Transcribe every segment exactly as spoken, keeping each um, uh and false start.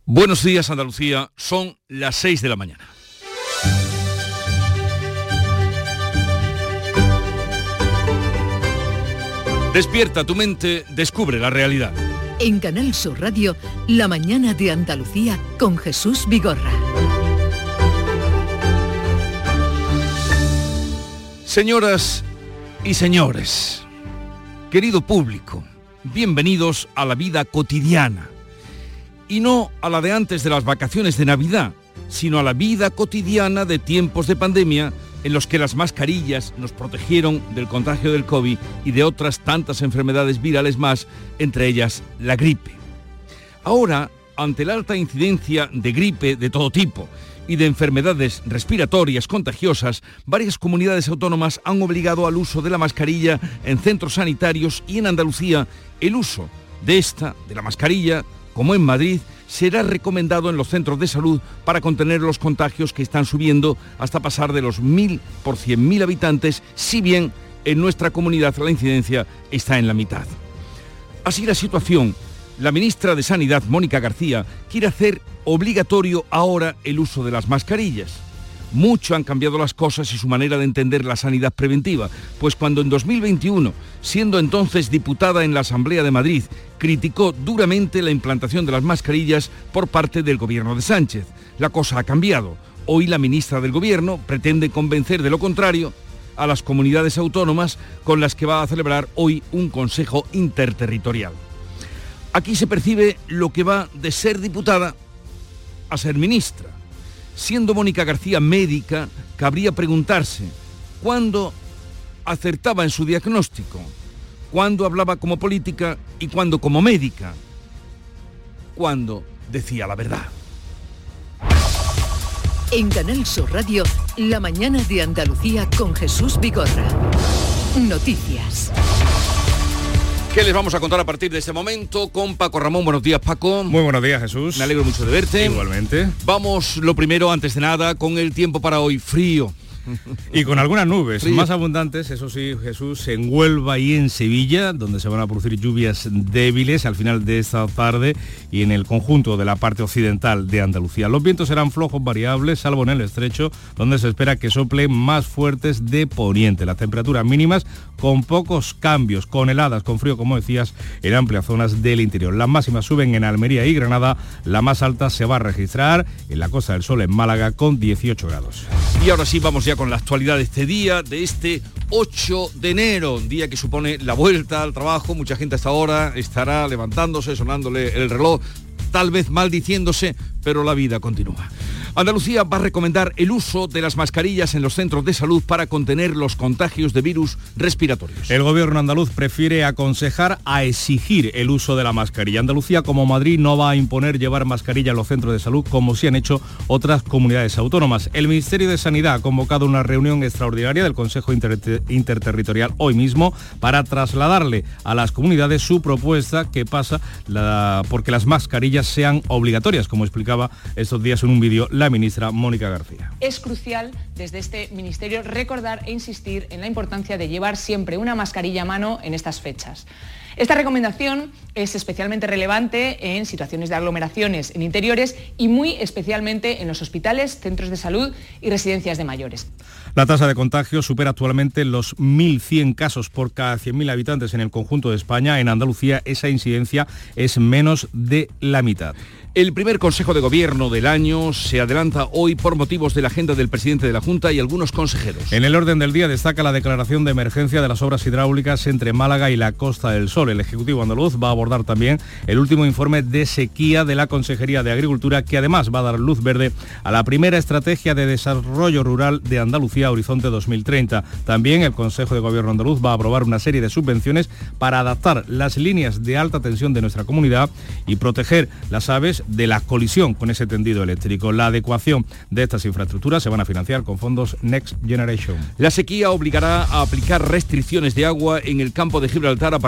Buenos días, Andalucía. Son las seis de la mañana. Despierta tu mente, descubre la realidad. En Canal Sur Radio, La mañana de Andalucía con Jesús Vigorra. Señoras y señores, querido público, bienvenidos a la vida cotidiana. Y no a la de antes de las vacaciones de Navidad, sino a la vida cotidiana de tiempos de pandemia en los que las mascarillas nos protegieron del contagio del COVID y de otras tantas enfermedades virales más, entre ellas la gripe. Ahora, ante la alta incidencia de gripe de todo tipo y de enfermedades respiratorias contagiosas, varias comunidades autónomas han obligado al uso de la mascarilla en centros sanitarios y en Andalucía el uso de esta, de la mascarilla, como en Madrid, será recomendado en los centros de salud para contener los contagios que están subiendo hasta pasar de los mil por cien mil habitantes, si bien en nuestra comunidad la incidencia está en la mitad. Así la situación, la ministra de Sanidad, Mónica García, quiere hacer obligatorio ahora el uso de las mascarillas. Mucho han cambiado las cosas y su manera de entender la sanidad preventiva, pues cuando en dos mil veintiuno, siendo entonces diputada en la Asamblea de Madrid, criticó duramente la implantación de las mascarillas por parte del gobierno de Sánchez, la cosa ha cambiado. Hoy la ministra del Gobierno pretende convencer de lo contrario a las comunidades autónomas con las que va a celebrar hoy un consejo interterritorial. Aquí se percibe lo que va de ser diputada a ser ministra. Siendo Mónica García médica, cabría preguntarse cuándo acertaba en su diagnóstico, cuándo hablaba como política y cuándo como médica, cuándo decía la verdad. En Canal Sur Radio, La mañana de Andalucía con Jesús Vigorra. Noticias. ¿Qué les vamos a contar a partir de este momento? Con Paco Ramón. Buenos días, Paco. Muy buenos días, Jesús. Me alegro mucho de verte. Igualmente. Vamos, lo primero, antes de nada, con el tiempo para hoy. Frío. Y con algunas nubes Frío. Más abundantes, eso sí, Jesús, en Huelva y en Sevilla, donde se van a producir lluvias débiles al final de esta tarde y en el conjunto de la parte occidental de Andalucía. Los vientos serán flojos variables, salvo en el estrecho, donde se espera que soplen más fuertes de poniente. Las temperaturas mínimas con pocos cambios, con heladas, con frío, como decías, en amplias zonas del interior. Las máximas suben en Almería y Granada, la más alta se va a registrar en la Costa del Sol, en Málaga, con dieciocho grados. Y ahora sí, vamos ya con la actualidad de este día, de este ocho de enero, día que supone la vuelta al trabajo. Mucha gente hasta ahora estará levantándose, sonándole el reloj, tal vez maldiciéndose, pero la vida continúa. Andalucía va a recomendar el uso de las mascarillas en los centros de salud para contener los contagios de virus respiratorios. El gobierno andaluz prefiere aconsejar a exigir el uso de la mascarilla. Andalucía, como Madrid, no va a imponer llevar mascarilla en los centros de salud como sí han hecho otras comunidades autónomas. El Ministerio de Sanidad ha convocado una reunión extraordinaria del Consejo Inter- Interterritorial hoy mismo para trasladarle a las comunidades su propuesta que pasa la, porque las mascarillas sean obligatorias, como explicaba estos días en un vídeo la ministra Mónica García. Es crucial desde este ministerio recordar e insistir en la importancia de llevar siempre una mascarilla a mano en estas fechas. Esta recomendación es especialmente relevante en situaciones de aglomeraciones en interiores y muy especialmente en los hospitales, centros de salud y residencias de mayores. La tasa de contagio supera actualmente los mil cien casos por cada cien mil habitantes en el conjunto de España. En Andalucía esa incidencia es menos de la mitad. El primer Consejo de Gobierno del año se adelanta hoy por motivos de la agenda del presidente de la Junta y algunos consejeros. En el orden del día destaca la declaración de emergencia de las obras hidráulicas entre Málaga y la Costa del Sol. El Ejecutivo andaluz va a abordar también el último informe de sequía de la Consejería de Agricultura, que además va a dar luz verde a la primera estrategia de desarrollo rural de Andalucía, Horizonte dos mil treinta. También el Consejo de Gobierno andaluz va a aprobar una serie de subvenciones para adaptar las líneas de alta tensión de nuestra comunidad y proteger las aves de la colisión con ese tendido eléctrico. La adecuación de estas infraestructuras se van a financiar con fondos Next Generation. La sequía obligará a aplicar restricciones de agua en el campo de Gibraltar a partir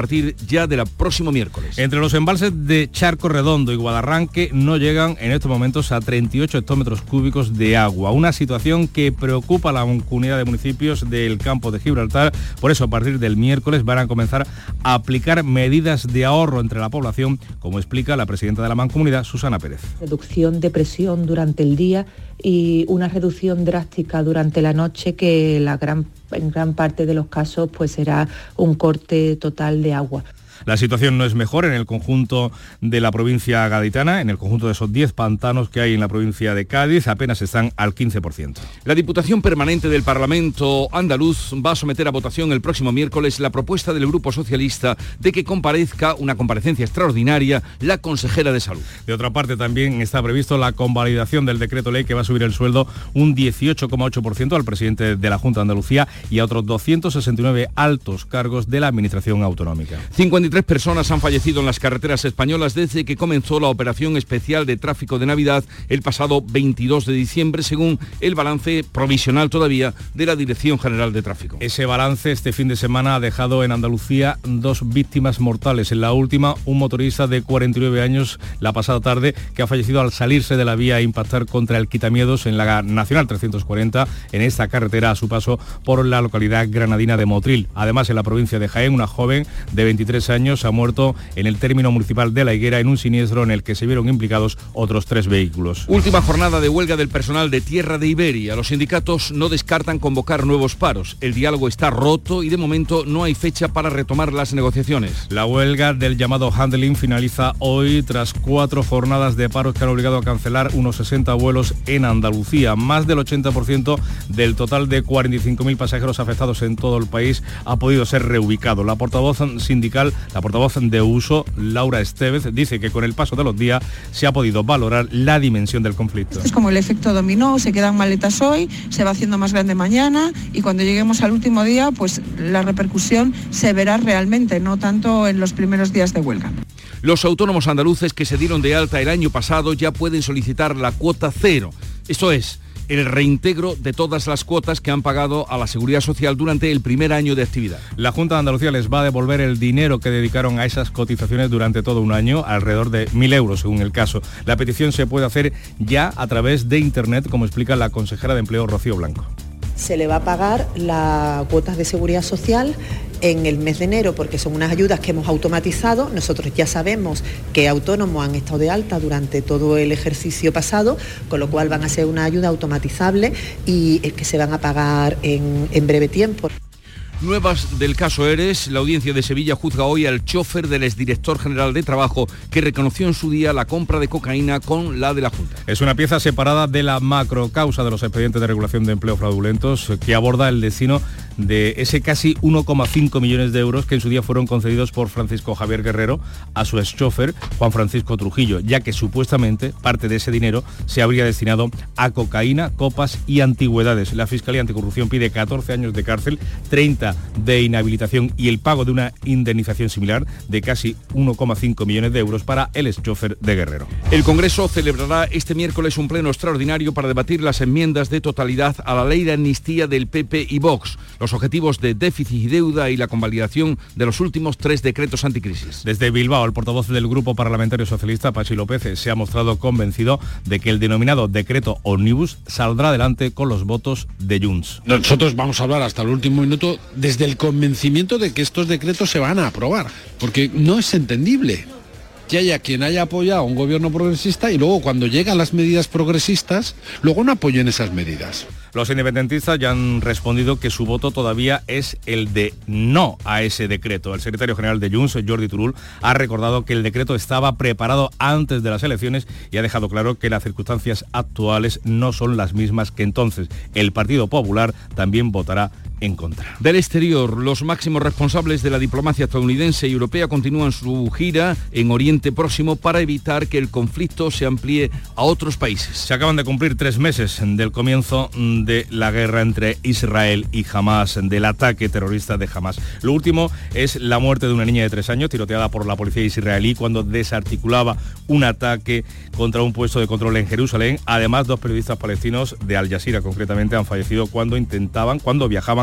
ya del próximo miércoles. Entre los embalses de Charco Redondo y Guadarranque no llegan en estos momentos a treinta y ocho hectómetros cúbicos de agua, una situación que preocupa a la comunidad de municipios del campo de Gibraltar. Por eso, a partir del miércoles van a comenzar a aplicar medidas de ahorro entre la población, como explica la presidenta de la Mancomunidad, Susana Pérez. Reducción de presión durante el día y una reducción drástica durante la noche, que la gran, en gran parte de los casos pues será un corte total de agua. La situación no es mejor en el conjunto de la provincia gaditana, en el conjunto de esos diez pantanos que hay en la provincia de Cádiz, apenas están al quince por ciento. La Diputación Permanente del Parlamento andaluz va a someter a votación el próximo miércoles la propuesta del Grupo Socialista de que comparezca, una comparecencia extraordinaria, la consejera de Salud. De otra parte, también está previsto la convalidación del decreto ley que va a subir el sueldo un dieciocho coma ocho por ciento al presidente de la Junta de Andalucía y a otros doscientos sesenta y nueve altos cargos de la Administración Autonómica. cincuenta y tres personas han fallecido en las carreteras españolas desde que comenzó la operación especial de tráfico de Navidad el pasado veintidós de diciembre, según el balance provisional todavía de la Dirección General de Tráfico. Ese balance este fin de semana ha dejado en Andalucía dos víctimas mortales. En la última, un motorista de cuarenta y nueve años la pasada tarde que ha fallecido al salirse de la vía e impactar contra el quitamiedos en la Nacional trescientos cuarenta en esta carretera a su paso por la localidad granadina de Motril. Además, en la provincia de Jaén, una joven de veintitrés años ha muerto en el término municipal de La Higuera en un siniestro en el que se vieron implicados otros tres vehículos. Última jornada de huelga del personal de Tierra de Iberia. Los sindicatos no descartan convocar nuevos paros. El diálogo está roto y de momento no hay fecha para retomar las negociaciones. La huelga del llamado handling finaliza hoy tras cuatro jornadas de paros que han obligado a cancelar unos sesenta vuelos en Andalucía. Más del ochenta por ciento del total de cuarenta y cinco mil pasajeros afectados en todo el país ha podido ser reubicado. La portavoz sindical, la portavoz de Uso, Laura Estevez, dice que con el paso de los días se ha podido valorar la dimensión del conflicto. Esto es como el efecto dominó, se quedan maletas hoy, se va haciendo más grande mañana y cuando lleguemos al último día, pues la repercusión se verá realmente, no tanto en los primeros días de huelga. Los autónomos andaluces que se dieron de alta el año pasado ya pueden solicitar la cuota cero. Esto es, el reintegro de todas las cuotas que han pagado a la Seguridad Social durante el primer año de actividad. La Junta de Andalucía les va a devolver el dinero que dedicaron a esas cotizaciones durante todo un año, alrededor de mil euros según el caso. La petición se puede hacer ya a través de Internet, como explica la consejera de Empleo, Rocío Blanco. Se le va a pagar las cuotas de seguridad social en el mes de enero porque son unas ayudas que hemos automatizado. Nosotros ya sabemos que autónomos han estado de alta durante todo el ejercicio pasado, con lo cual van a ser una ayuda automatizable y que se van a pagar en, en breve tiempo. Nuevas del caso Eres. La audiencia de Sevilla juzga hoy al chofer del exdirector general de Trabajo que reconoció en su día la compra de cocaína con la de la Junta. Es una pieza separada de la macrocausa de los expedientes de regulación de empleo fraudulentos que aborda el destino de ese casi uno coma cinco millones de euros que en su día fueron concedidos por Francisco Javier Guerrero a su exchofer Juan Francisco Trujillo, ya que supuestamente parte de ese dinero se habría destinado a cocaína, copas y antigüedades. La Fiscalía Anticorrupción pide catorce años de cárcel, treinta de inhabilitación y el pago de una indemnización similar de casi uno coma cinco millones de euros para el exchofer de Guerrero. El Congreso celebrará este miércoles un pleno extraordinario para debatir las enmiendas de totalidad a la ley de amnistía del P P y Vox, los objetivos de déficit y deuda y la convalidación de los últimos tres decretos anticrisis. Desde Bilbao, el portavoz del Grupo Parlamentario Socialista, Pachi López, se ha mostrado convencido de que el denominado decreto Omnibus saldrá adelante con los votos de Junts. Nosotros vamos a hablar hasta el último minuto desde el convencimiento de que estos decretos se van a aprobar, porque no es entendible que haya quien haya apoyado a un gobierno progresista y luego cuando llegan las medidas progresistas, luego no apoyen esas medidas. Los independentistas ya han respondido que su voto todavía es el de no a ese decreto. El secretario general de Junts, Jordi Turull, ha recordado que el decreto estaba preparado antes de las elecciones y ha dejado claro que las circunstancias actuales no son las mismas que entonces. El Partido Popular también votará en contra. Del exterior, los máximos responsables de la diplomacia estadounidense y europea continúan su gira en Oriente Próximo para evitar que el conflicto se amplíe a otros países. Se acaban de cumplir tres meses del comienzo de la guerra entre Israel y Hamás, del ataque terrorista de Hamás. Lo último es la muerte de una niña de tres años tiroteada por la policía israelí cuando desarticulaba un ataque contra un puesto de control en Jerusalén. Además, dos periodistas palestinos de Al Jazeera concretamente han fallecido cuando intentaban, cuando viajaban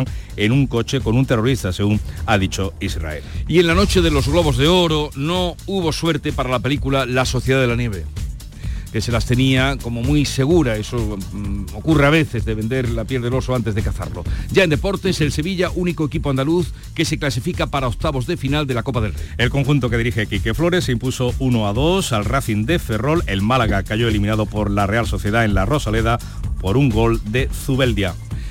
en un coche con un terrorista, según ha dicho Israel. Y en la noche de los Globos de Oro no hubo suerte para la película La Sociedad de la Nieve, que se las tenía como muy segura. Eso mmm, ocurre a veces, de vender la piel del oso antes de cazarlo. Ya en deportes, el Sevilla, único equipo andaluz que se clasifica para octavos de final de la Copa del Rey. El conjunto que dirige Quique Flores se impuso uno a dos al Racing de Ferrol. El Málaga cayó eliminado por la Real Sociedad en la Rosaleda por un gol de Zubeldia.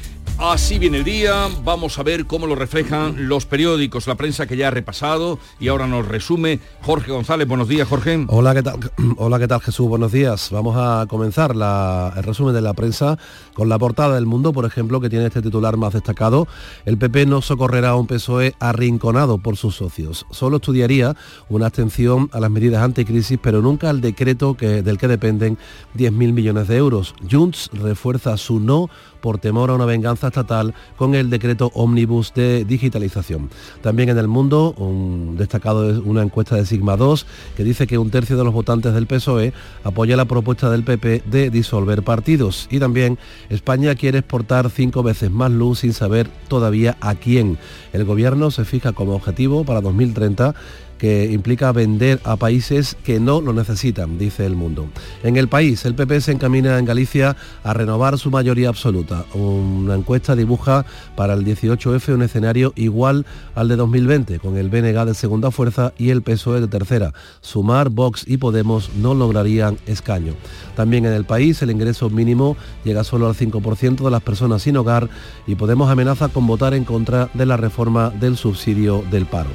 Así viene el día, vamos a ver cómo lo reflejan los periódicos, la prensa que ya ha repasado y ahora nos resume Jorge González. Buenos días, Jorge. Hola, ¿qué tal? Hola, ¿qué tal, Jesús? Buenos días. Vamos a comenzar la, el resumen de la prensa con la portada del Mundo, por ejemplo, que tiene este titular más destacado. El P P no socorrerá a un P S O E arrinconado por sus socios. Solo estudiaría una abstención a las medidas anticrisis, pero nunca al decreto que, del que dependen diez mil millones de euros. Junts refuerza su no por temor a una venganza estatal con el decreto ómnibus de digitalización. También en El Mundo, un destacado es una encuesta de Sigma dos que dice que un tercio de los votantes del P S O E apoya la propuesta del P P de disolver partidos. Y también España quiere exportar cinco veces más luz sin saber todavía a quién. El gobierno se fija como objetivo para dos mil treinta que implica vender a países que no lo necesitan, dice El Mundo. En El País, el P P se encamina en Galicia a renovar su mayoría absoluta. Una encuesta dibuja para el dieciocho efe un escenario igual al de dos mil veinte, con el B N G de segunda fuerza y el P S O E de tercera. Sumar, Vox y Podemos no lograrían escaño. También en El País, el ingreso mínimo llega solo al cinco por ciento de las personas sin hogar y Podemos amenaza con votar en contra de la reforma del subsidio del paro.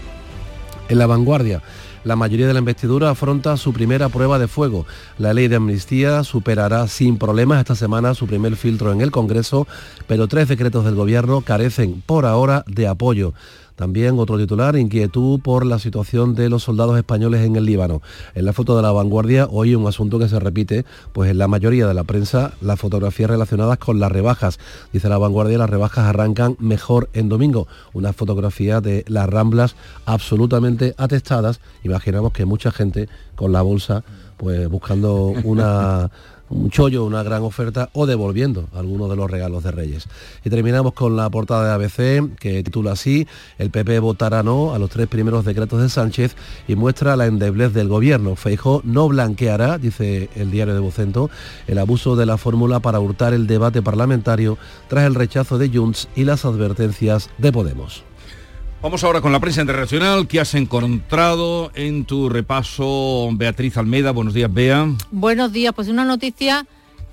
En La Vanguardia, la mayoría de la investidura afronta su primera prueba de fuego. La ley de amnistía superará sin problemas esta semana su primer filtro en el Congreso, pero tres decretos del Gobierno carecen por ahora de apoyo. También otro titular, inquietud por la situación de los soldados españoles en el Líbano. En la foto de La Vanguardia, hoy un asunto que se repite, pues en la mayoría de la prensa, las fotografías relacionadas con las rebajas. Dice La Vanguardia, las rebajas arrancan mejor en domingo. Una fotografía de las Ramblas absolutamente atestadas. Imaginamos que mucha gente con la bolsa, pues buscando una... un chollo, una gran oferta o devolviendo algunos de los regalos de Reyes. Y terminamos con la portada de A B C, que titula así: el P P votará no a los tres primeros decretos de Sánchez y muestra la endeblez del gobierno. Feijóo no blanqueará, dice el diario de Vocento, el abuso de la fórmula para hurtar el debate parlamentario tras el rechazo de Junts y las advertencias de Podemos. Vamos ahora con la prensa internacional. ¿Qué has encontrado en tu repaso, Beatriz Almeida? Buenos días, Bea. Buenos días, pues una noticia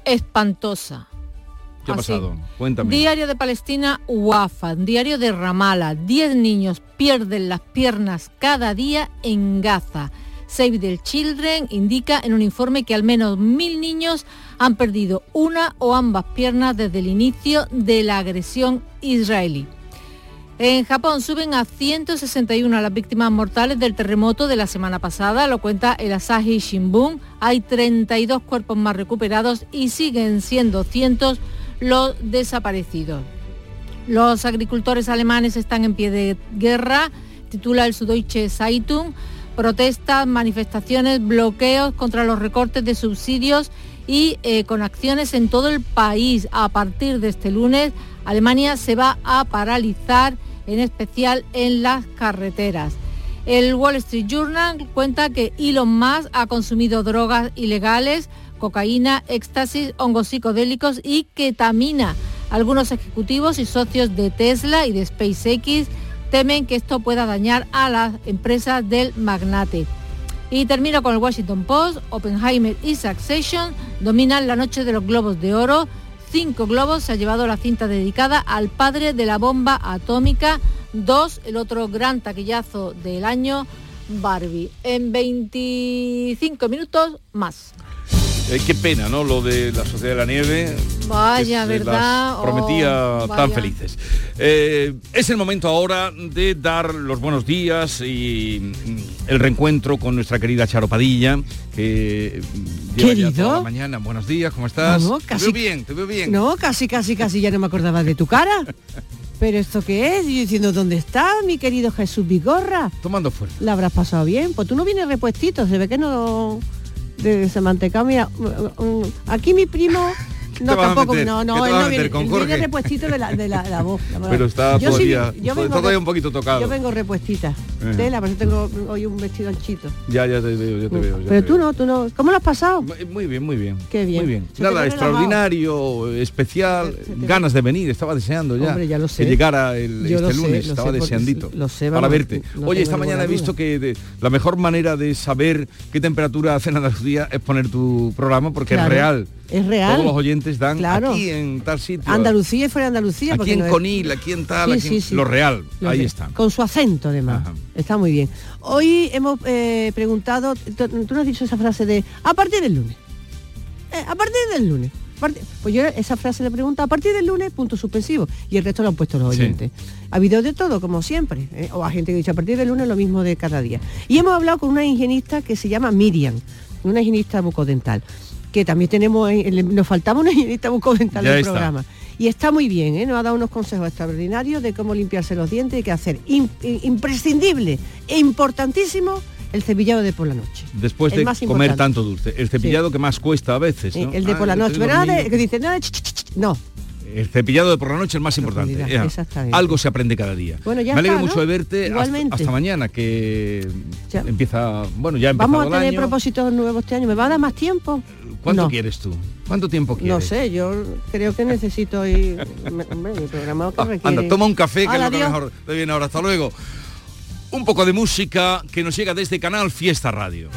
espantosa. ¿Qué ha Así. pasado? Cuéntame. Diario de Palestina, Wafa, diario de Ramallah. Diez niños pierden las piernas cada día en Gaza. Save the Children indica en un informe que al menos mil niños han perdido una o ambas piernas desde el inicio de la agresión israelí. En Japón suben a ciento sesenta y uno las víctimas mortales del terremoto de la semana pasada, lo cuenta el Asahi Shimbun. Hay treinta y dos cuerpos más recuperados y siguen siendo cientos los desaparecidos. Los agricultores alemanes están en pie de guerra, titula el Süddeutsche Zeitung. Protestas, manifestaciones, bloqueos contra los recortes de subsidios y eh, con acciones en todo el país. A partir de este lunes, Alemania se va a paralizar, en especial en las carreteras. El Wall Street Journal cuenta que Elon Musk ha consumido drogas ilegales, cocaína, éxtasis, hongos psicodélicos y ketamina. Algunos ejecutivos y socios de Tesla y de SpaceX temen que esto pueda dañar a las empresas del magnate. Y termino con el Washington Post. Oppenheimer y Succession dominan la noche de los Globos de Oro. Cinco globos se ha llevado la cinta dedicada al padre de la bomba atómica. Dos, el otro gran taquillazo del año, Barbie. En veinticinco minutos más. Eh, qué pena, ¿no? Lo de la Sociedad de la Nieve. Vaya, que ¿verdad? Las prometía Oh, tan vaya. felices. Eh, es el momento ahora de dar los buenos días y mm, el reencuentro con nuestra querida Charo Padilla, que lleva ya Querido. toda la mañana. Buenos días, ¿cómo estás? Vamos, Te casi- veo bien, te veo bien. No, casi, casi, casi ya no me acordaba de tu cara. ¿Pero esto qué es? Y yo diciendo, ¿dónde está mi querido Jesús Vigorra? Tomando fuerza. ¿La habrás pasado bien? Pues tú no vienes repuestito, se ve que no... De ese mantecado, mira, mm, mm, aquí mi primo No, tampoco, no, no, él no viene, con él Jorge? viene repuestito de la, de la, la voz. La Pero está yo todavía, sí, yo está vengo todavía un poquito tocado. Yo vengo repuestita. Eh. Tela, por eso tengo hoy un vestido anchito. Ya, ya te veo, ya te veo. Ya Pero te tú veo. no, tú no. ¿Cómo lo has pasado? Muy bien, muy bien. Qué bien. Muy bien. Se te Nada, ve extraordinario, especial, Se- se te- ganas de venir, estaba deseando ya. Hombre, ya lo sé. Que llegara el, Yo este lo sé, lunes, lo estaba sé, porque deseandito lo sé, para vamos, verte. no Oye, tengo esta mañana he ninguna visto duda. que de- la mejor manera de saber qué temperatura hace en Andalucía es poner tu programa porque Claro, es real. es real. Todos los oyentes dan Claro. aquí en tal sitio. Andalucía y fuera de Andalucía. Aquí porque en no es- Conil, aquí en tal, Sí, aquí en- sí, sí. lo real, Lo ahí re- está. Con su acento, además. Ajá. Está muy bien. Hoy hemos eh, preguntado, tú, tú no has dicho esa frase de a partir del lunes. Eh, a partir del lunes. A partir- pues yo esa frase le pregunto a partir del lunes, punto suspensivo. Y el resto lo han puesto los Sí. oyentes. Ha habido de todo, como siempre. ¿eh? O a gente que ha dicho a partir del lunes lo mismo de cada día. Y hemos hablado con una higienista que se llama Miriam, una higienista bucodental. Que también tenemos, eh, le- nos faltaba una higienista bucodental Ya en el está. programa. Y está muy bien, ¿eh? Nos ha dado unos consejos extraordinarios de cómo limpiarse los dientes y qué hacer. Im- i- imprescindible e importantísimo el cepillado de por la noche. Después El de más comer importante. tanto dulce. El cepillado que más cuesta a veces, Eh, ¿no? El de Ah, por la yo noche. tengo Pero nada de- niños. que dice, nada, ch, ch, ch, ch. no. El cepillado de por la noche es el más importante. Profundidad, ya. exactamente. Algo se aprende cada día. Bueno, ya Me alegro está, mucho ¿no? de verte. Hasta, Igualmente. hasta mañana, que Ya. empieza... Bueno, ya ha empezado Vamos a el tener año. propósitos nuevos este año. ¿Me va a dar más tiempo? ¿Cuánto No. quieres tú? ¿Cuánto tiempo quieres? No sé, yo creo que necesito ir... me- Hombre, mi programa que Ah, requiere... anda, toma un café, que Hala, es lo que adiós. mejor te viene ahora. Hasta luego. Un poco de música que nos llega desde Canal Fiesta Radio.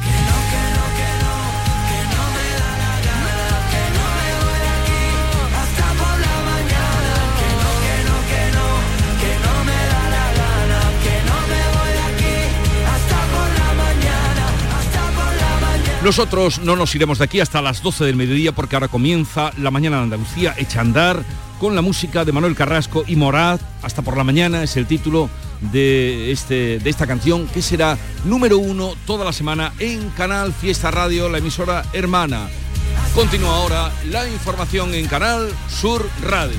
Nosotros no nos iremos de aquí hasta las doce del mediodía porque ahora comienza La Mañana de Andalucía hecha a andar con la música de Manuel Carrasco y Morat. Hasta por la mañana es el título de, este, de esta canción que será número uno toda la semana en Canal Fiesta Radio, la emisora hermana. Continúa ahora la información en Canal Sur Radio.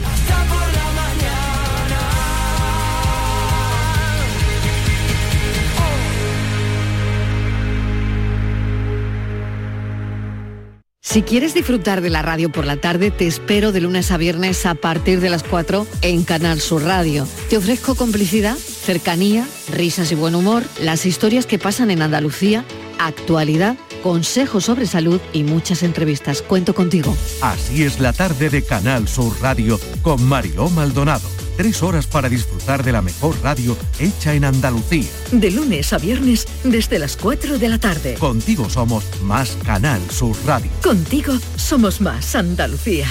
Si quieres disfrutar de la radio por la tarde, te espero de lunes a viernes a partir de las cuatro en Canal Sur Radio. Te ofrezco complicidad, cercanía, risas y buen humor, las historias que pasan en Andalucía, actualidad, consejos sobre salud y muchas entrevistas. Cuento contigo. Así es la tarde de Canal Sur Radio con Mariló Maldonado. Tres horas para disfrutar de la mejor radio hecha en Andalucía. De lunes a viernes desde las cuatro de la tarde. Contigo somos más Canal Sur Radio. Contigo somos más Andalucía.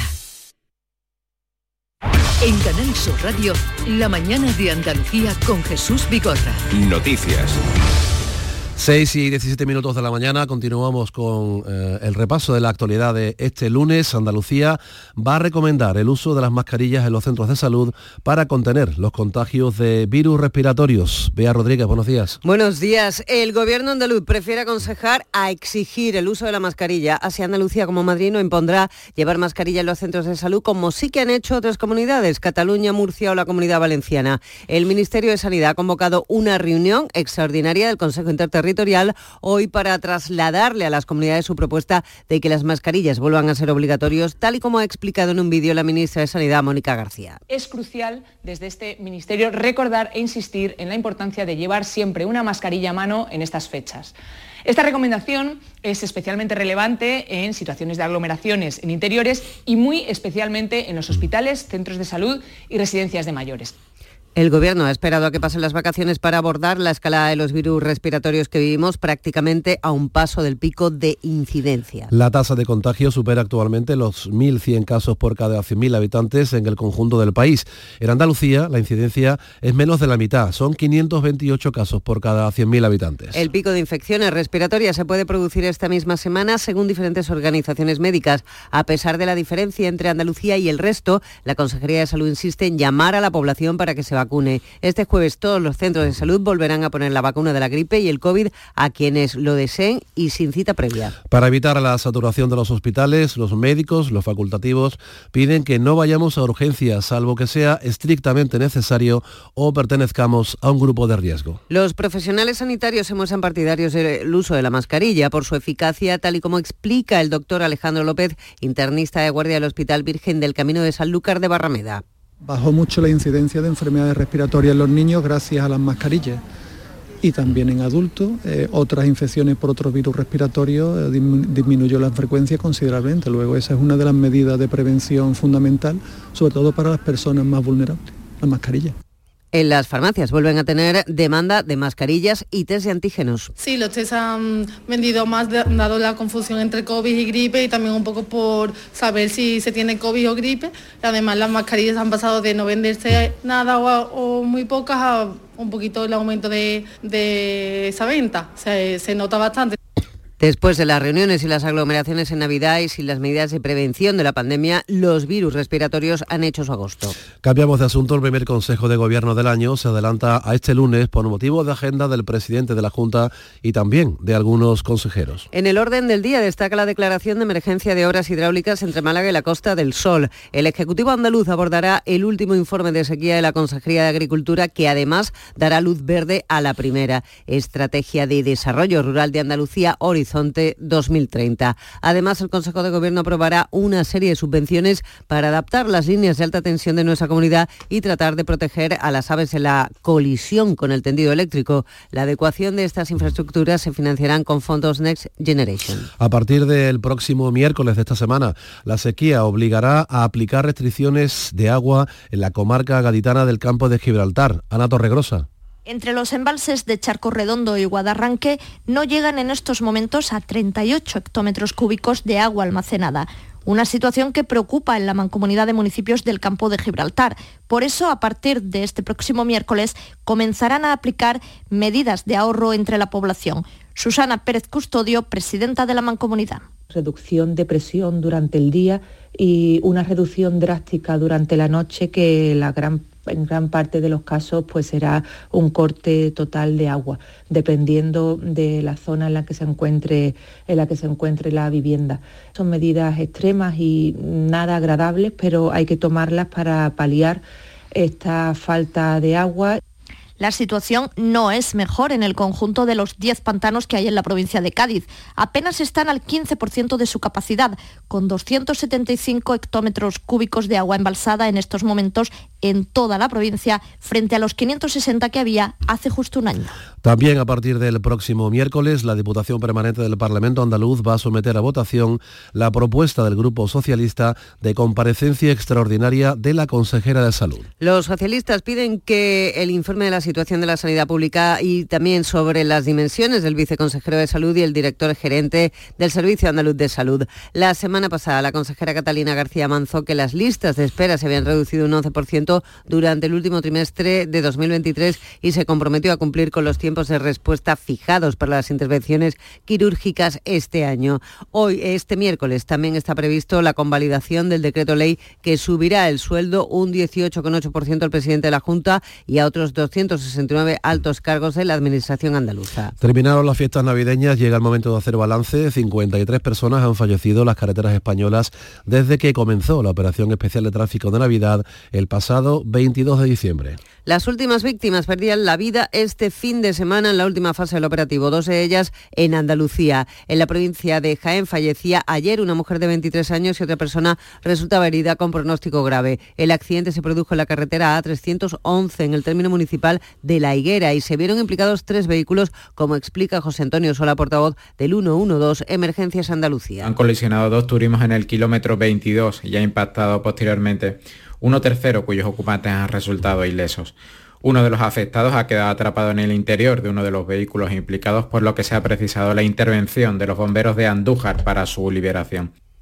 En Canal Sur Radio, la mañana de Andalucía con Jesús Vigorra. Noticias. seis y diecisiete minutos de la mañana, continuamos con eh, el repaso de la actualidad de este lunes. Andalucía va a recomendar el uso de las mascarillas en los centros de salud para contener los contagios de virus respiratorios. Bea Rodríguez, buenos días. Buenos días. El gobierno andaluz prefiere aconsejar a exigir el uso de la mascarilla. Así Andalucía como Madrid no impondrá llevar mascarilla en los centros de salud, como sí que han hecho otras comunidades, Cataluña, Murcia o la Comunidad Valenciana. El Ministerio de Sanidad ha convocado una reunión extraordinaria del Consejo Interterritorial hoy para trasladarle a las comunidades su propuesta de que las mascarillas vuelvan a ser obligatorios, tal y como ha explicado en un vídeo la ministra de Sanidad, Mónica García. Es crucial desde este ministerio recordar e insistir en la importancia de llevar siempre una mascarilla a mano en estas fechas. Esta recomendación es especialmente relevante en situaciones de aglomeraciones en interiores y muy especialmente en los hospitales, centros de salud y residencias de mayores. El Gobierno ha esperado a que pasen las vacaciones para abordar la escalada de los virus respiratorios que vivimos prácticamente a un paso del pico de incidencia. La tasa de contagio supera actualmente los mil cien casos por cada cien mil habitantes en el conjunto del país. En Andalucía, la incidencia es menos de la mitad, son quinientos veintiocho casos por cada cien mil habitantes. El pico de infecciones respiratorias se puede producir esta misma semana según diferentes organizaciones médicas. A pesar de la diferencia entre Andalucía y el resto, la Consejería de Salud insiste en llamar a la población para que se vacune. Este jueves todos los centros de salud volverán a poner la vacuna de la gripe y el COVID a quienes lo deseen y sin cita previa. Para evitar la saturación de los hospitales, los médicos, los facultativos, piden que no vayamos a urgencias, salvo que sea estrictamente necesario o pertenezcamos a un grupo de riesgo. Los profesionales sanitarios se muestran partidarios del uso de la mascarilla por su eficacia, tal y como explica el doctor Alejandro López, internista de guardia del Hospital Virgen del Camino de Sanlúcar de Barrameda. Bajó mucho la incidencia de enfermedades respiratorias en los niños gracias a las mascarillas. Y también en adultos, eh, otras infecciones por otros virus respiratorios eh, disminuyó la frecuencia considerablemente. Luego esa es una de las medidas de prevención fundamental, sobre todo para las personas más vulnerables, la mascarilla. En las farmacias vuelven a tener demanda de mascarillas y test de antígenos. Sí, los test han vendido más de, dado la confusión entre COVID y gripe y también un poco por saber si se tiene COVID o gripe. Además las mascarillas han pasado de no venderse nada o, o muy pocas a un poquito el aumento de, de esa venta. Se, se nota bastante. Después de las reuniones y las aglomeraciones en Navidad y sin las medidas de prevención de la pandemia, los virus respiratorios han hecho su agosto. Cambiamos de asunto. El primer Consejo de Gobierno del año se adelanta a este lunes por motivo de agenda del presidente de la Junta y también de algunos consejeros. En el orden del día destaca la declaración de emergencia de obras hidráulicas entre Málaga y la Costa del Sol. El Ejecutivo andaluz abordará el último informe de sequía de la Consejería de Agricultura, que además dará luz verde a la primera Estrategia de Desarrollo Rural de Andalucía, Horizonte dos mil treinta. Además, el Consejo de Gobierno aprobará una serie de subvenciones para adaptar las líneas de alta tensión de nuestra comunidad y tratar de proteger a las aves en la colisión con el tendido eléctrico. La adecuación de estas infraestructuras se financiarán con fondos Next Generation. A partir del próximo miércoles de esta semana, la sequía obligará a aplicar restricciones de agua en la comarca gaditana del Campo de Gibraltar. Ana Torregrosa. Entre los embalses de Charco Redondo y Guadarranque no llegan en estos momentos a treinta y ocho hectómetros cúbicos de agua almacenada. Una situación que preocupa en la Mancomunidad de Municipios del Campo de Gibraltar. Por eso, a partir de este próximo miércoles, comenzarán a aplicar medidas de ahorro entre la población. Susana Pérez Custodio, presidenta de la Mancomunidad. Reducción de presión durante el día y una reducción drástica durante la noche que la gran en gran parte de los casos pues será un corte total de agua, dependiendo de la zona en la que se encuentre, en la que se encuentre la vivienda. Son medidas extremas y nada agradables, pero hay que tomarlas para paliar esta falta de agua. La situación no es mejor en el conjunto de los diez pantanos que hay en la provincia de Cádiz. Apenas están al quince por ciento de su capacidad, con doscientos setenta y cinco hectómetros cúbicos de agua embalsada en estos momentos en toda la provincia, frente a los quinientos sesenta que había hace justo un año. También a partir del próximo miércoles, la Diputación Permanente del Parlamento Andaluz va a someter a votación la propuesta del Grupo Socialista de comparecencia extraordinaria de la consejera de Salud. Los socialistas piden que el informe de la situación de la sanidad pública y también sobre las dimensiones del viceconsejero de Salud y el director gerente del Servicio Andaluz de Salud. La semana pasada, la consejera Catalina García Manzo que las listas de espera se habían reducido un once por ciento durante el último trimestre de dos mil veintitrés y se comprometió a cumplir con los tiempos de respuesta fijados para las intervenciones quirúrgicas este año. Hoy, este miércoles, también está previsto la convalidación del decreto ley que subirá el sueldo un dieciocho coma ocho por ciento al presidente de la Junta y a otros doscientos sesenta y nueve altos cargos de la Administración andaluza. Terminaron las fiestas navideñas, llega el momento de hacer balance. cincuenta y tres personas han fallecido en las carreteras españolas desde que comenzó la operación especial de tráfico de Navidad el pasado veintidós de diciembre. Las últimas víctimas perdían la vida este fin de semana en la última fase del operativo, dos de ellas en Andalucía. En la provincia de Jaén fallecía ayer una mujer de veintitrés años y otra persona resultaba herida con pronóstico grave. El accidente se produjo en la carretera A trescientos once en el término municipal de La Higuera y se vieron implicados tres vehículos, como explica José Antonio Sola, portavoz del ciento doce, Emergencias Andalucía. Han colisionado dos turismos en el kilómetro veintidós y ha impactado posteriormente uno tercero cuyos ocupantes han resultado ilesos. Uno de los afectados ha quedado atrapado en el interior de uno de los vehículos implicados, por lo que se ha precisado la intervención de los bomberos de Andújar para su liberación.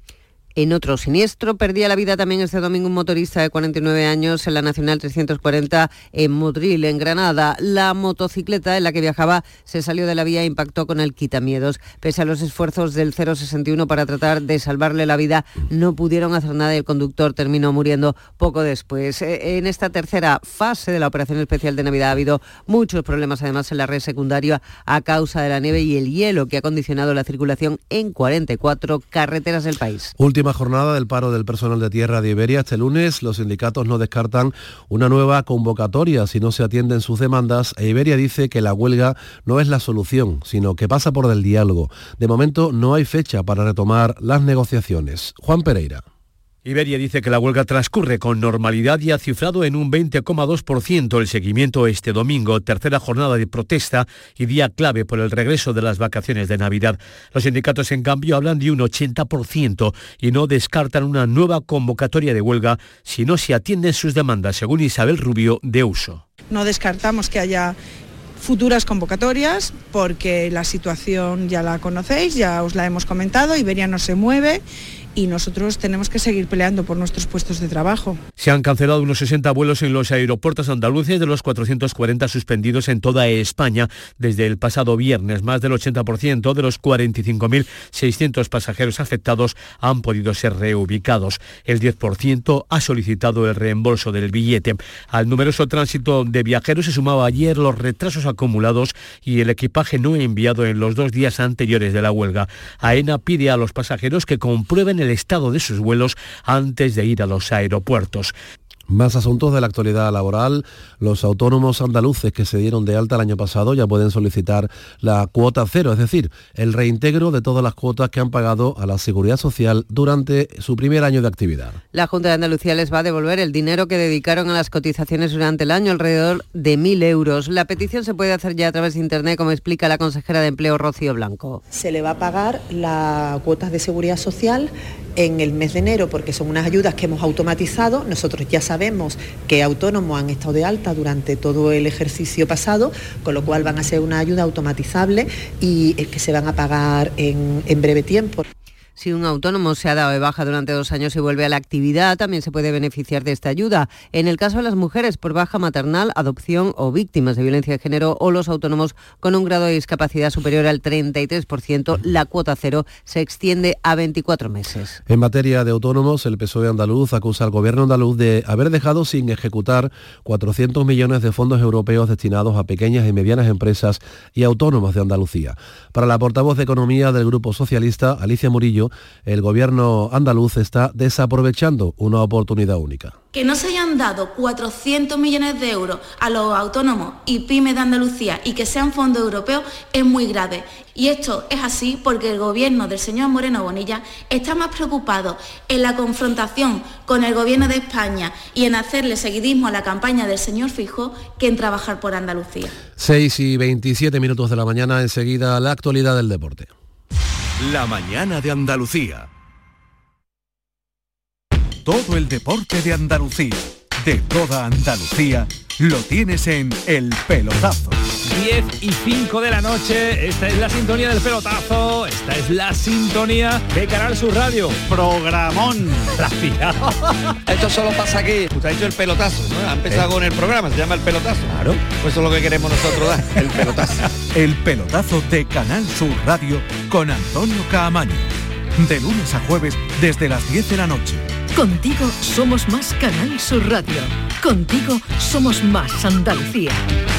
En otro siniestro, perdía la vida también este domingo un motorista de cuarenta y nueve años en la Nacional trescientos cuarenta en Motril, en Granada. La motocicleta en la que viajaba se salió de la vía e impactó con el quitamiedos. Pese a los esfuerzos del cero sesenta y uno para tratar de salvarle la vida, no pudieron hacer nada y el conductor terminó muriendo poco después. En esta tercera fase de la operación especial de Navidad ha habido muchos problemas además en la red secundaria a causa de la nieve y el hielo que ha condicionado la circulación en cuarenta y cuatro carreteras del país. Última jornada del paro del personal de tierra de Iberia. Este lunes los sindicatos no descartan una nueva convocatoria si no se atienden sus demandas. E Iberia dice que la huelga no es la solución, sino que pasa por el diálogo. De momento no hay fecha para retomar las negociaciones. Juan Pereira. Iberia dice que la huelga transcurre con normalidad y ha cifrado en un veinte coma dos por ciento el seguimiento este domingo, tercera jornada de protesta y día clave por el regreso de las vacaciones de Navidad. Los sindicatos, en cambio, hablan de un ochenta por ciento y no descartan una nueva convocatoria de huelga si no se atienden sus demandas, según Isabel Rubio, de Uso. No descartamos que haya futuras convocatorias porque la situación ya la conocéis, ya os la hemos comentado, Iberia no se mueve y nosotros tenemos que seguir peleando por nuestros puestos de trabajo. Se han cancelado unos sesenta vuelos en los aeropuertos andaluces de los cuatrocientos cuarenta suspendidos en toda España desde el pasado viernes. Más del ochenta por ciento de los cuarenta y cinco mil seiscientos pasajeros afectados han podido ser reubicados. El diez por ciento ha solicitado el reembolso del billete. Al numeroso tránsito de viajeros se sumaba ayer los retrasos acumulados y el equipaje no enviado en los dos días anteriores de la huelga. AENA pide a los pasajeros que comprueben el estado de sus vuelos antes de ir a los aeropuertos. Más asuntos de la actualidad laboral. Los autónomos andaluces que se dieron de alta el año pasado ya pueden solicitar la cuota cero, es decir, el reintegro de todas las cuotas que han pagado a la Seguridad Social durante su primer año de actividad. La Junta de Andalucía les va a devolver el dinero que dedicaron a las cotizaciones durante el año, alrededor de mil euros. La petición se puede hacer ya a través de Internet, como explica la consejera de Empleo, Rocío Blanco. Se le va a pagar las cuotas de Seguridad Social en el mes de enero porque son unas ayudas que hemos automatizado. Nosotros ya sabemos Sabemos que autónomos han estado de alta durante todo el ejercicio pasado, con lo cual van a ser una ayuda automatizable y que se van a pagar en, en breve tiempo. Si un autónomo se ha dado de baja durante dos años y vuelve a la actividad, también se puede beneficiar de esta ayuda. En el caso de las mujeres por baja maternal, adopción o víctimas de violencia de género o los autónomos con un grado de discapacidad superior al treinta y tres por ciento, la cuota cero se extiende a veinticuatro meses. En materia de autónomos, el P S O E andaluz acusa al gobierno andaluz de haber dejado sin ejecutar cuatrocientos millones de fondos europeos destinados a pequeñas y medianas empresas y autónomos de Andalucía. Para la portavoz de Economía del Grupo Socialista, Alicia Murillo, el gobierno andaluz está desaprovechando una oportunidad única. Que no se hayan dado cuatrocientos millones de euros a los autónomos y pymes de Andalucía y que sean fondos europeos es muy grave. Y esto es así porque el gobierno del señor Moreno Bonilla está más preocupado en la confrontación con el gobierno de España y en hacerle seguidismo a la campaña del señor Feijóo que en trabajar por Andalucía. seis y veintisiete minutos de la mañana, enseguida la actualidad del deporte. La mañana de Andalucía. Todo el deporte de Andalucía, de toda Andalucía, lo tienes en El Pelotazo. diez y cinco de la noche, esta es la sintonía del Pelotazo, esta es la sintonía de Canal Sur Radio. Programón. Esto solo pasa aquí. Usted ha dicho el pelotazo, ¿no? Ha empezado ¿Eh? con el programa, se llama el pelotazo. Claro. Pues eso es lo que queremos nosotros dar, el pelotazo. El Pelotazo de Canal Sur Radio con Antonio Caamaño. De lunes a jueves desde las diez de la noche. Contigo somos más Canal Sur Radio. Contigo somos más Andalucía.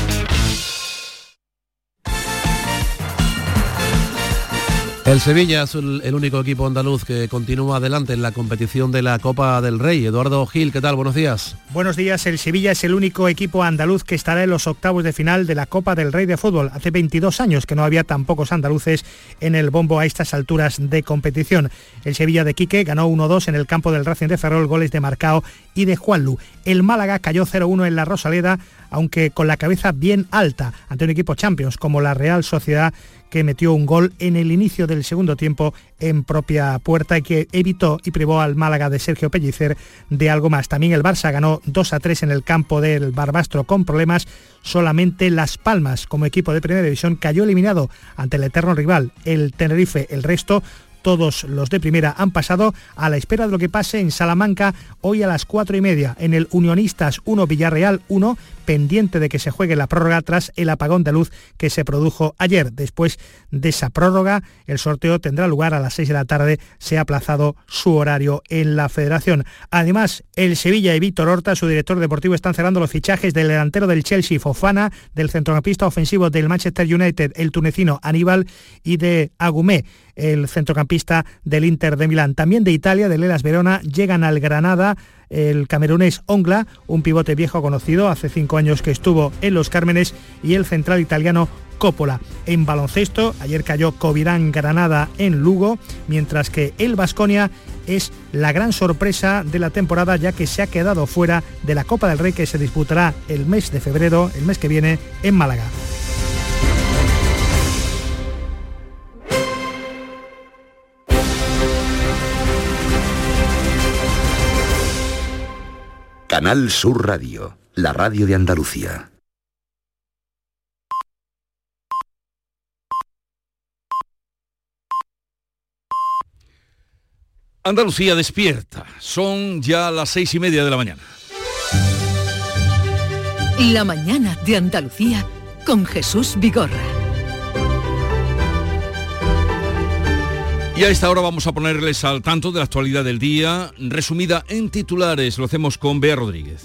El Sevilla es el, el único equipo andaluz que continúa adelante en la competición de la Copa del Rey. Eduardo Gil, ¿qué tal? Buenos días. Buenos días. El Sevilla es el único equipo andaluz que estará en los octavos de final de la Copa del Rey de fútbol. Hace veintidós años que no había tan pocos andaluces en el bombo a estas alturas de competición. El Sevilla de Quique ganó uno dos en el campo del Racing de Ferrol, goles de Marcao y de Juanlu. El Málaga cayó cero uno en la Rosaleda, aunque con la cabeza bien alta ante un equipo Champions como la Real Sociedad, que metió un gol en el inicio del segundo tiempo en propia puerta y que evitó y privó al Málaga de Sergio Pellicer de algo más. También el Barça ganó dos a tres en el campo del Barbastro con problemas. Solamente Las Palmas, como equipo de Primera División, cayó eliminado ante el eterno rival, el Tenerife. El resto todos los de primera han pasado a la espera de lo que pase en Salamanca hoy a las cuatro y media, en el Unionistas uno Villarreal uno, pendiente de que se juegue la prórroga tras el apagón de luz que se produjo ayer. Después de esa prórroga, el sorteo tendrá lugar a las seis de la tarde, se ha aplazado su horario en la Federación. Además, el Sevilla y Víctor Horta, su director deportivo, están cerrando los fichajes del delantero del Chelsea, Fofana, del centrocampista ofensivo del Manchester United, el tunecino Aníbal, y de Agumé, el centrocampista del Inter de Milán. También de Italia, del Hellas Verona, llegan al Granada el camerunés Ongla, un pivote viejo conocido, hace cinco años que estuvo en los Cármenes, y el central italiano Coppola. En baloncesto, ayer cayó Covirán Granada en Lugo, mientras que el Baskonia es la gran sorpresa de la temporada, ya que se ha quedado fuera de la Copa del Rey, que se disputará el mes de febrero, el mes que viene, en Málaga. Canal Sur Radio, la radio de Andalucía. Andalucía despierta. Son ya las seis y media de la mañana. La mañana de Andalucía con Jesús Vigorra. Y a esta hora vamos a ponerles al tanto de la actualidad del día, resumida en titulares. Lo hacemos con Bea Rodríguez.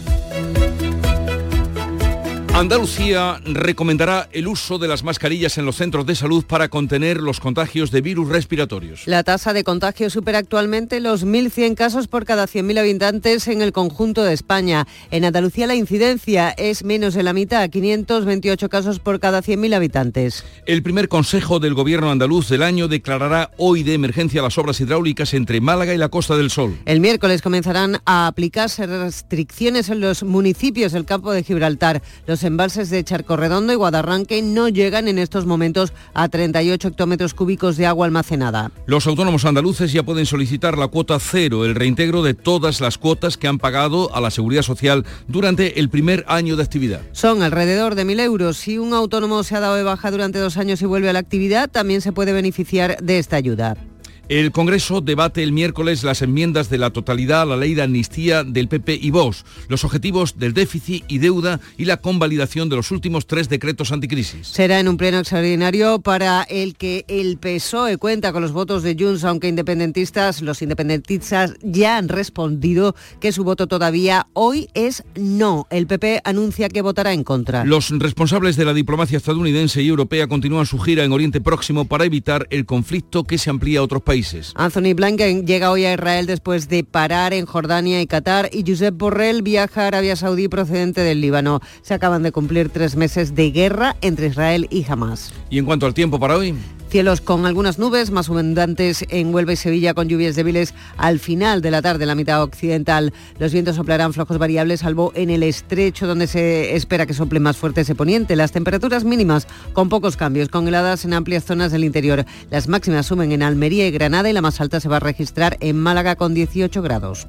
Andalucía recomendará el uso de las mascarillas en los centros de salud para contener los contagios de virus respiratorios. La tasa de contagio supera actualmente los mil cien casos por cada cien mil habitantes en el conjunto de España. En Andalucía la incidencia es menos de la mitad, quinientos veintiocho casos por cada cien mil habitantes. El primer consejo del gobierno andaluz del año declarará hoy de emergencia las obras hidráulicas entre Málaga y la Costa del Sol. El miércoles comenzarán a aplicarse restricciones en los municipios del Campo de Gibraltar. Los embalses de Charcorredondo y Guadarranque no llegan en estos momentos a treinta y ocho hectómetros cúbicos de agua almacenada. Los autónomos andaluces ya pueden solicitar la cuota cero, el reintegro de todas las cuotas que han pagado a la Seguridad Social durante el primer año de actividad. Son alrededor de mil euros. Si un autónomo se ha dado de baja durante dos años y vuelve a la actividad, también se puede beneficiar de esta ayuda. El Congreso debate el miércoles las enmiendas de la totalidad a la ley de amnistía del P P y Vox, los objetivos del déficit y deuda y la convalidación de los últimos tres decretos anticrisis. Será en un pleno extraordinario para el que el P S O E cuenta con los votos de Junts, aunque independentistas, los independentistas ya han respondido que su voto todavía hoy es no. El P P anuncia que votará en contra. Los responsables de la diplomacia estadounidense y europea continúan su gira en Oriente Próximo para evitar el conflicto que se amplía a otros países. Anthony Blinken llega hoy a Israel después de parar en Jordania y Qatar, y Josep Borrell viaja a Arabia Saudí procedente del Líbano. Se acaban de cumplir tres meses de guerra entre Israel y Hamás. ¿Y en cuanto al tiempo para hoy? Cielos con algunas nubes, más abundantes en Huelva y Sevilla, con lluvias débiles al final de la tarde en la mitad occidental. Los vientos soplarán flojos variables, salvo en el estrecho, donde se espera que sople más fuerte ese poniente. Las temperaturas mínimas con pocos cambios, con heladas en amplias zonas del interior. Las máximas suben en Almería y Granada, y la más alta se va a registrar en Málaga con dieciocho grados.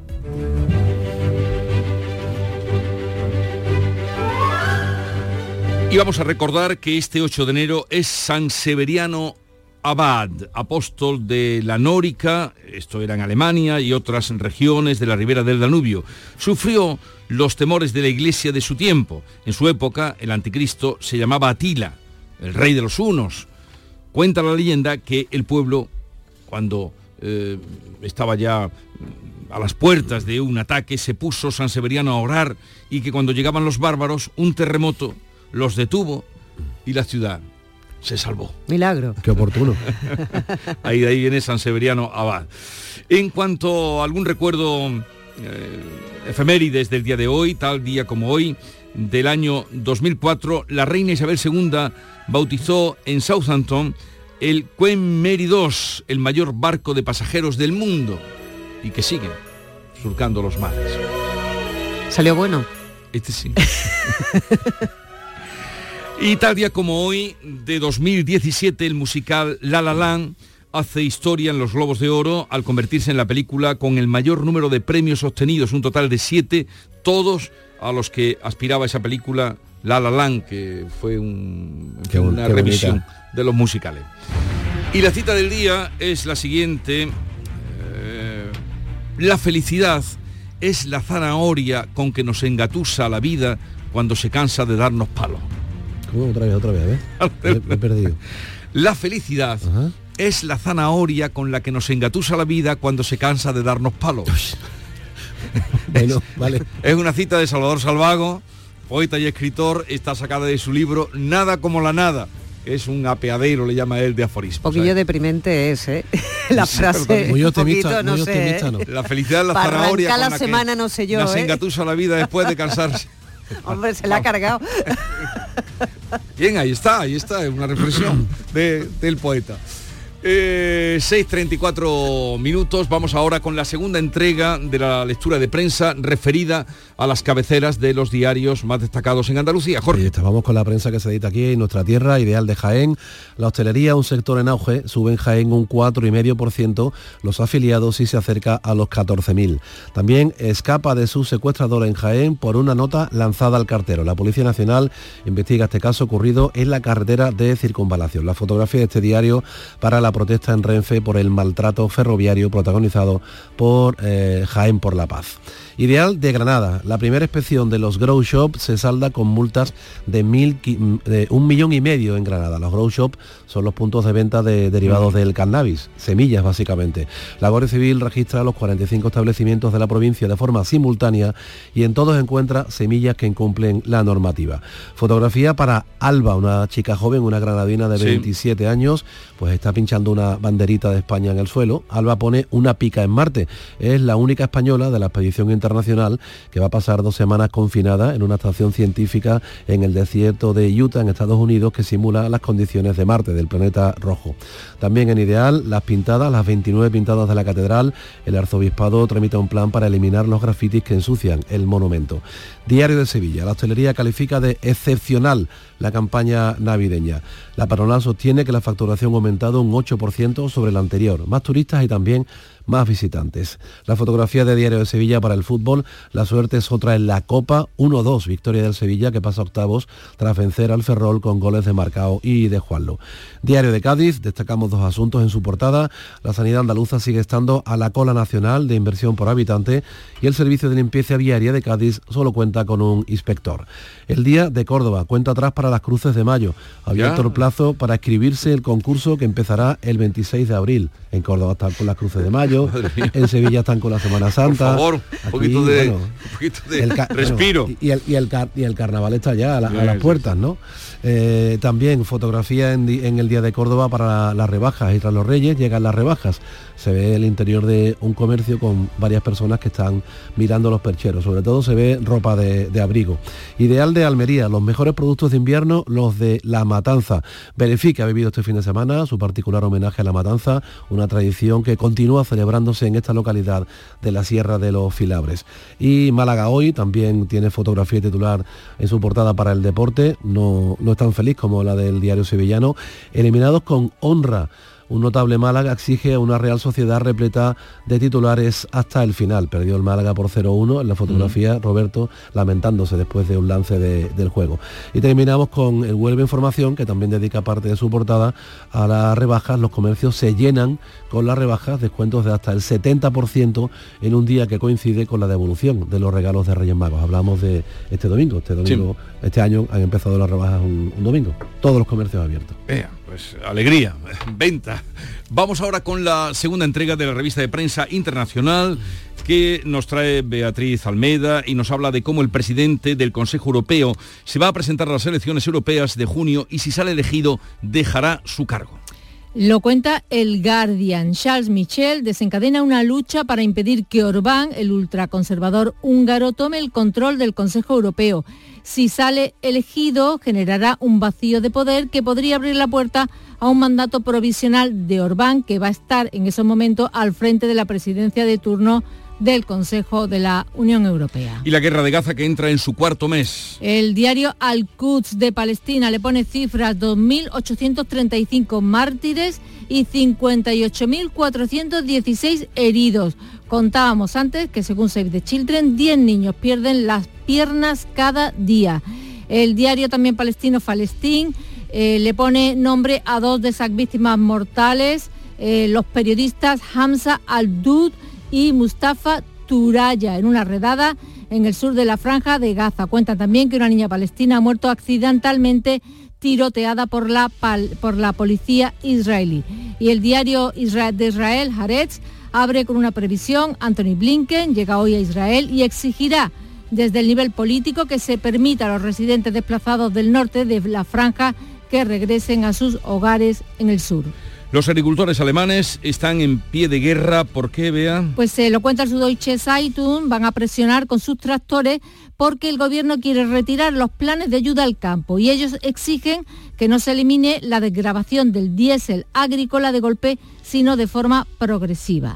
Y vamos a recordar que este ocho de enero es San Severiano Abad, apóstol de la Nórica, esto era en Alemania y otras regiones de la ribera del Danubio. Sufrió los temores de la iglesia de su tiempo. En su época, el anticristo se llamaba Atila, el rey de los hunos. Cuenta la leyenda que el pueblo, cuando eh, estaba ya a las puertas de un ataque, se puso San Severiano a orar, y que cuando llegaban los bárbaros, un terremoto los detuvo y la ciudad se salvó. Milagro. Qué oportuno. ahí, ahí viene San Severiano Abad. En cuanto a algún recuerdo eh, efemérides del día de hoy, tal día como hoy, del año dos mil cuatro, la reina Isabel segunda bautizó en Southampton el Queen Mary dos, el mayor barco de pasajeros del mundo, y que sigue surcando los mares. ¿Salió bueno? Este sí. Y tal día como hoy, de dos mil diecisiete, el musical La La Land hace historia en los Globos de Oro al convertirse en la película con el mayor número de premios obtenidos, un total de siete, todos a los que aspiraba esa película La La Land, que fue un, qué, una qué revisión bonita. de los musicales. Y la cita del día es la siguiente. Eh, la felicidad es la zanahoria con que nos engatusa la vida cuando se cansa de darnos palos. ¿Cómo? Otra vez, otra vez, ¿eh? Me he perdido. La felicidad Ajá. es la zanahoria con la que nos engatusa la vida cuando se cansa de darnos palos. Bueno, es, vale. Es una cita de Salvador Salvago, poeta y escritor, está sacada de su libro Nada como la nada. Es un apeadero, le llama él, de aforismos. Un poquillo ¿sabes? Deprimente es, ¿eh? La frase. Muy optimista, poquito, no muy sé, optimista, ¿eh? ¿no? La felicidad es la Para zanahoria con la, la semana que no sé yo, nos ¿eh? engatusa la vida después de cansarse. Hombre, se la ha cargado. Bien, ahí está, ahí está, es una reflexión de, del poeta. Eh, seis treinta y cuatro minutos, vamos ahora con la segunda entrega de la lectura de prensa referida a las cabeceras de los diarios más destacados en Andalucía. Jorge. Ahí está, vamos con la prensa que se edita aquí en nuestra tierra, Ideal de Jaén. La hostelería, un sector en auge, sube en Jaén un cuatro coma cinco por ciento, los afiliados y se acerca a los catorce mil. También escapa de su secuestrador en Jaén por una nota lanzada al cartero. La Policía Nacional investiga este caso ocurrido en la carretera de Circunvalación. La fotografía de este diario para la protesta en Renfe por el maltrato ferroviario protagonizado por eh, Jaén por la Paz. Ideal de Granada. La primera inspección de los grow shop se salda con multas de, mil, de un millón y medio en Granada. Los grow shop son los puntos de venta de derivados del cannabis, semillas básicamente. La Guardia Civil registra los cuarenta y cinco establecimientos de la provincia de forma simultánea y en todos encuentra semillas que incumplen la normativa. Fotografía para Alba, una chica joven, una granadina de veintisiete sí. años, pues está pinchando una banderita de España en el suelo. Alba pone una pica en Marte. Es la única española de la expedición internacional que va a pasar dos semanas confinada en una estación científica en el desierto de Utah, en Estados Unidos, que simula las condiciones de Marte, del planeta rojo. También en Ideal, las pintadas, las veintinueve pintadas de la catedral. El arzobispado tramita un plan para eliminar los grafitis que ensucian el monumento. Diario de Sevilla. La hostelería califica de excepcional la campaña navideña. La patronal sostiene que la facturación ha aumentado un ocho por ciento sobre la anterior. Más turistas y también más visitantes. La fotografía de Diario de Sevilla para el fútbol. La suerte es otra en la Copa. uno dos, victoria del Sevilla que pasa a octavos tras vencer al Ferrol con goles de Marcao y de Juanlo. Diario de Cádiz. Destacamos dos asuntos en su portada. La sanidad andaluza sigue estando a la cola nacional de inversión por habitante y el servicio de limpieza viaria de Cádiz solo cuenta con un inspector. El Día de Córdoba. Cuenta atrás para las cruces de mayo. Abierto el plazo para inscribirse el concurso que empezará el veintiséis de abril. En Córdoba están con las cruces de mayo, en Sevilla están con la Semana Santa. Por favor, un Aquí, poquito de, bueno, un poquito de el respiro. Bueno, y, el, y, el car, y el carnaval está ya a, la, a las puertas, ¿no? Eh, también fotografía en, en el Día de Córdoba para las rebajas. Y tras los Reyes llegan las rebajas. Se ve el interior de un comercio con varias personas que están mirando los percheros. Sobre todo se ve ropa de, de abrigo. Ideal de Almería. Los mejores productos de invierno, los de La Matanza. Benefica ha vivido este fin de semana su particular homenaje a La Matanza, una tradición que continúa celebrándose en esta localidad de la Sierra de los Filabres. Y Málaga Hoy también tiene fotografía titular en su portada para el deporte. No, no es tan feliz como la del diario sevillano. Eliminados con honra. Un notable Málaga exige a una Real Sociedad repleta de titulares hasta el final. Perdió el Málaga por cero uno en la fotografía, mm. Roberto lamentándose después de un lance de, del juego. Y terminamos con el Huelva Información, que también dedica parte de su portada a las rebajas. Los comercios se llenan con las rebajas, descuentos de hasta el setenta por ciento en un día que coincide con la devolución de los regalos de Reyes Magos. Hablamos de este domingo. Este domingo, sí. Este año han empezado las rebajas un, un domingo. Todos los comercios abiertos. Vea, pues alegría, venta. Vamos ahora con la segunda entrega de la revista de prensa internacional que nos trae Beatriz Almeida y nos habla de cómo el presidente del Consejo Europeo se va a presentar a las elecciones europeas de junio y si sale elegido dejará su cargo. Lo cuenta el Guardian. Charles Michel desencadena una lucha para impedir que Orbán, el ultraconservador húngaro, tome el control del Consejo Europeo. Si sale elegido, generará un vacío de poder que podría abrir la puerta a un mandato provisional de Orbán, que va a estar en esos momentos al frente de la presidencia de turno del Consejo de la Unión Europea. Y la guerra de Gaza que entra en su cuarto mes. El diario Al-Quds de Palestina le pone cifras: dos mil ochocientos treinta y cinco mártires y cincuenta y ocho mil cuatrocientos dieciséis heridos. Contábamos antes que según Save the Children, diez niños pierden las piernas cada día. El diario también palestino Palestín eh, le pone nombre a dos de esas víctimas mortales, eh, los periodistas Hamza Al-Dud y Mustafa Turaya, en una redada en el sur de la Franja de Gaza. Cuentan también que una niña palestina ha muerto accidentalmente tiroteada por la, pal, por la policía israelí. Y el diario Israel, de Israel, Haaretz, abre con una previsión. Anthony Blinken llega hoy a Israel y exigirá desde el nivel político que se permita a los residentes desplazados del norte de la Franja que regresen a sus hogares en el sur. Los agricultores alemanes están en pie de guerra. ¿Por qué, Bea? Pues se eh, lo cuenta el Süddeutsche Zeitung, van a presionar con sus tractores porque el gobierno quiere retirar los planes de ayuda al campo y ellos exigen que no se elimine la desgravación del diésel agrícola de golpe, sino de forma progresiva.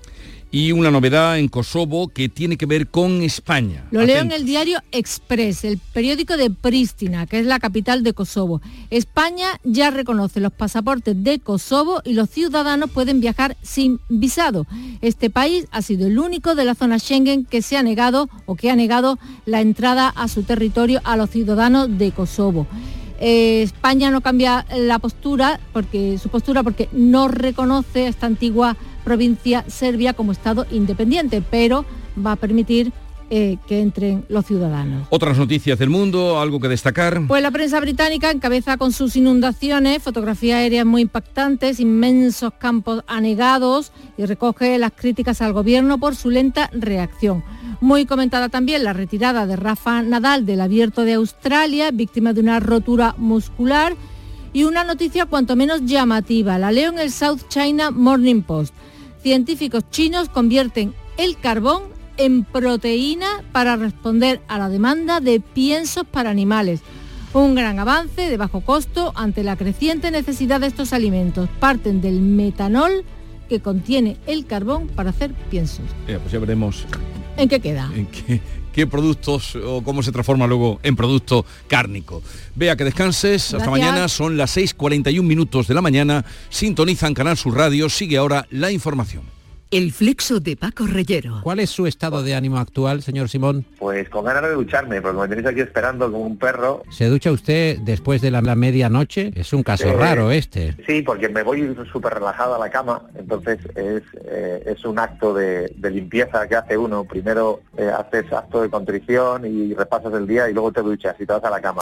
Y una novedad en Kosovo que tiene que ver con España. Lo leo en el diario Express, el periódico de Pristina, que es la capital de Kosovo. España ya reconoce los pasaportes de Kosovo y los ciudadanos pueden viajar sin visado. Este país ha sido el único de la zona Schengen que se ha negado o que ha negado la entrada a su territorio a los ciudadanos de Kosovo. Eh, España no cambia la postura, porque su postura porque no reconoce esta antigua provincia serbia como Estado independiente, pero va a permitir eh, que entren los ciudadanos. Otras noticias del mundo, algo que destacar. Pues la prensa británica encabeza con sus inundaciones, fotografías aéreas muy impactantes, inmensos campos anegados y recoge las críticas al gobierno por su lenta reacción. Muy comentada también la retirada de Rafa Nadal del Abierto de Australia, víctima de una rotura muscular. Y una noticia cuanto menos llamativa, la leo en el South China Morning Post. Científicos chinos convierten el carbón en proteína para responder a la demanda de piensos para animales. Un gran avance de bajo costo ante la creciente necesidad de estos alimentos. Parten del metanol que contiene el carbón para hacer piensos. Eh, pues ya veremos. ¿En qué queda? ¿En qué, qué productos o cómo se transforma luego en producto cárnico? Vea, que descanses. Gracias. Hasta mañana. Son las seis cuarenta y un minutos de la mañana. Sintonizan Canal Sur Radio. Sigue ahora la información. El flexo de Paco Reyero. ¿Cuál es su estado de ánimo actual, señor Simón? Pues con ganas de ducharme, porque me tenéis aquí esperando como un perro. ¿Se ducha usted después de la, la medianoche? Es un caso eh, raro este. Sí, porque me voy súper relajado a la cama, entonces es, eh, es un acto de, de limpieza que hace uno. Primero eh, haces acto de contrición y repasas el día y luego te duchas y te vas a la cama.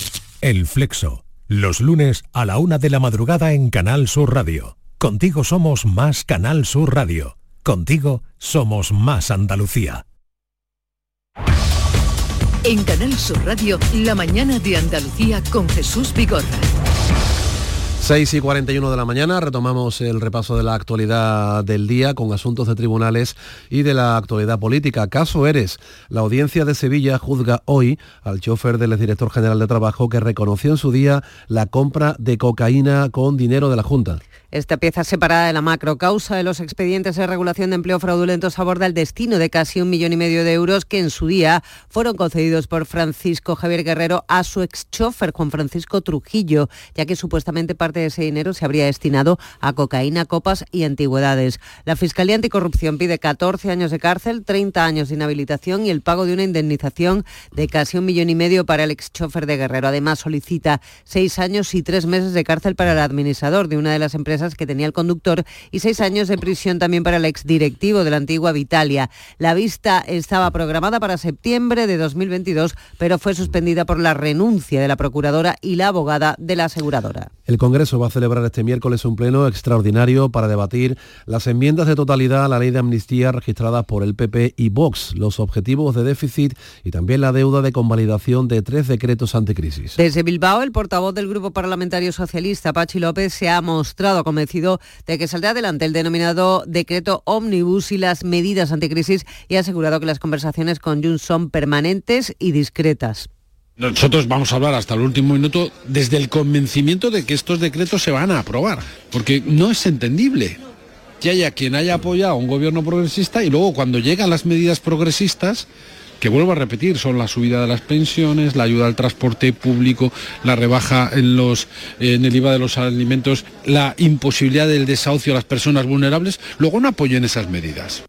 El flexo, los lunes a la una de la madrugada en Canal Sur Radio. Contigo somos más Canal Sur Radio. Contigo somos más Andalucía. En Canal Sur Radio, la mañana de Andalucía con Jesús Vigorra. seis y cuarenta y uno de la mañana, retomamos el repaso de la actualidad del día con asuntos de tribunales y de la actualidad política. Caso Eres. La audiencia de Sevilla juzga hoy al chofer del exdirector general de Trabajo que reconoció en su día la compra de cocaína con dinero de la Junta. Esta pieza separada de la macrocausa de los expedientes de regulación de empleo fraudulentos aborda el destino de casi un millón y medio de euros que en su día fueron concedidos por Francisco Javier Guerrero a su exchofer Juan Francisco Trujillo, ya que supuestamente parte de ese dinero se habría destinado a cocaína, copas y antigüedades. La Fiscalía Anticorrupción pide catorce años de cárcel, treinta años de inhabilitación y el pago de una indemnización de casi un millón y medio para el exchofer de Guerrero. Además solicita seis años y tres meses de cárcel para el administrador de una de las empresas que tenía el conductor y seis años de prisión también para el exdirectivo de la antigua Vitalia. La vista estaba programada para septiembre de dos mil veintidós, pero fue suspendida por la renuncia de la procuradora y la abogada de la aseguradora. El Congreso va a celebrar este miércoles un pleno extraordinario para debatir las enmiendas de totalidad a la ley de amnistía registradas por el P P y Vox, los objetivos de déficit y también la deuda de convalidación de tres decretos anticrisis. Desde Bilbao, el portavoz del Grupo Parlamentario Socialista, Pachi López, se ha mostrado convencido de que saldrá adelante el denominado decreto ómnibus y las medidas anticrisis y ha asegurado que las conversaciones con Junts son permanentes y discretas. Nosotros vamos a hablar hasta el último minuto desde el convencimiento de que estos decretos se van a aprobar, porque no es entendible que haya quien haya apoyado a un gobierno progresista y luego cuando llegan las medidas progresistas, que vuelvo a repetir, son la subida de las pensiones, la ayuda al transporte público, la rebaja en, los, en el I V A de los alimentos, la imposibilidad del desahucio a las personas vulnerables, luego no apoyen esas medidas.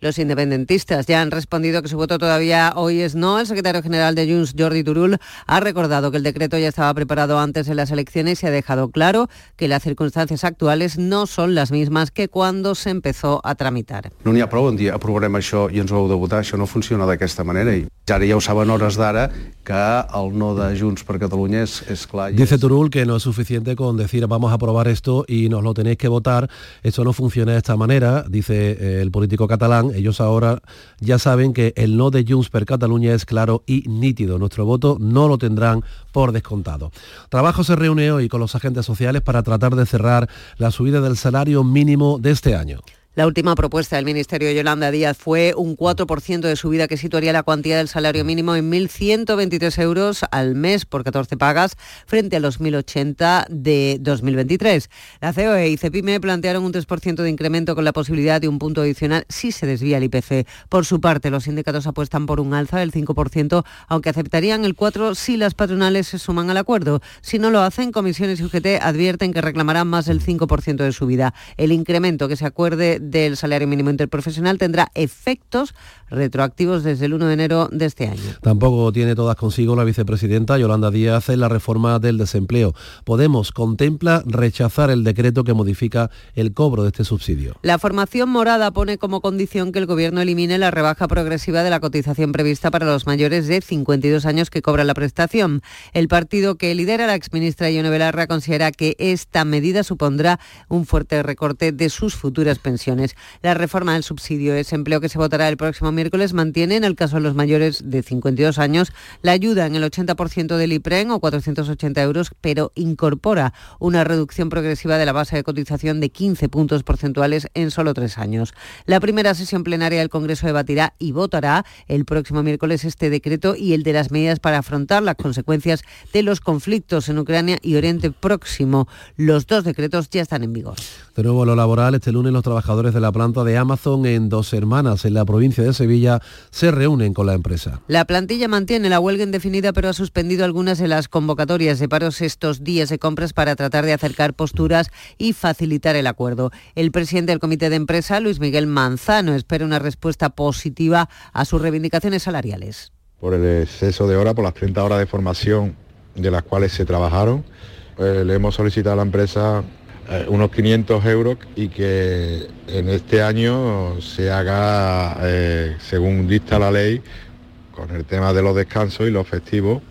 Los independentistas ya han respondido que su voto todavía hoy es no. El secretario general de Junts, Jordi Turull, ha recordado que el decreto ya estaba preparado antes de las elecciones y ha dejado claro que las circunstancias actuales no son las mismas que cuando se empezó a tramitar. No n'hi ha prou en dir aprovarem això i ens ho heu de votar. Això no funciona d'aquesta manera i ara ja ho saben hores d'ara que el no de Junts per Catalunya és, és clar. Dice Turull que no es suficiente con decir vamos a aprobar esto y nos lo tenéis que votar. Esto no funciona de esta manera, dice eh, el político catalán. Ellos ahora ya saben que el no de Junts per Catalunya es claro y nítido. Nuestro voto no lo tendrán por descontado. Trabajo se reúne hoy con los agentes sociales para tratar de cerrar la subida del salario mínimo de este año. La última propuesta del Ministerio de Yolanda Díaz fue un cuatro por ciento de subida que situaría la cuantía del salario mínimo en mil ciento veintitrés euros al mes por catorce pagas frente a los mil ochenta de dos mil veintitrés. La C O E y Cepime plantearon un tres por ciento de incremento con la posibilidad de un punto adicional si se desvía el I P C. Por su parte, los sindicatos apuestan por un alza del cinco por ciento, aunque aceptarían el cuatro por ciento si las patronales se suman al acuerdo. Si no lo hacen, Comisiones y U G T advierten que reclamarán más del cinco por ciento de subida. El incremento que se acuerde del salario mínimo interprofesional tendrá efectos retroactivos desde el uno de enero de este año. Tampoco tiene todas consigo la vicepresidenta Yolanda Díaz en la reforma del desempleo. Podemos contempla rechazar el decreto que modifica el cobro de este subsidio. La formación morada pone como condición que el Gobierno elimine la rebaja progresiva de la cotización prevista para los mayores de cincuenta y dos años que cobran la prestación. El partido que lidera la exministra Ione Belarra considera que esta medida supondrá un fuerte recorte de sus futuras pensiones. La reforma del subsidio de desempleo que se votará el próximo miércoles mantiene, en el caso de los mayores de cincuenta y dos años, la ayuda en el ochenta por ciento del IPREN o cuatrocientos ochenta euros, pero incorpora una reducción progresiva de la base de cotización de quince puntos porcentuales en solo tres años. La primera sesión plenaria del Congreso debatirá y votará el próximo miércoles este decreto y el de las medidas para afrontar las consecuencias de los conflictos en Ucrania y Oriente Próximo. Los dos decretos ya están en vigor. De nuevo, lo laboral, este lunes los trabajadores de la planta de Amazon en Dos Hermanas, en la provincia de Sevilla, se reúnen con la empresa. La plantilla mantiene la huelga indefinida, pero ha suspendido algunas de las convocatorias de paros estos días de compras para tratar de acercar posturas y facilitar el acuerdo. El presidente del comité de empresa, Luis Miguel Manzano, espera una respuesta positiva a sus reivindicaciones salariales. Por el exceso de horas, por las treinta horas de formación de las cuales se trabajaron, eh, le hemos solicitado a la empresa eh, unos quinientos euros y que en este año se haga, eh, según dicta la ley, con el tema de los descansos y los festivos.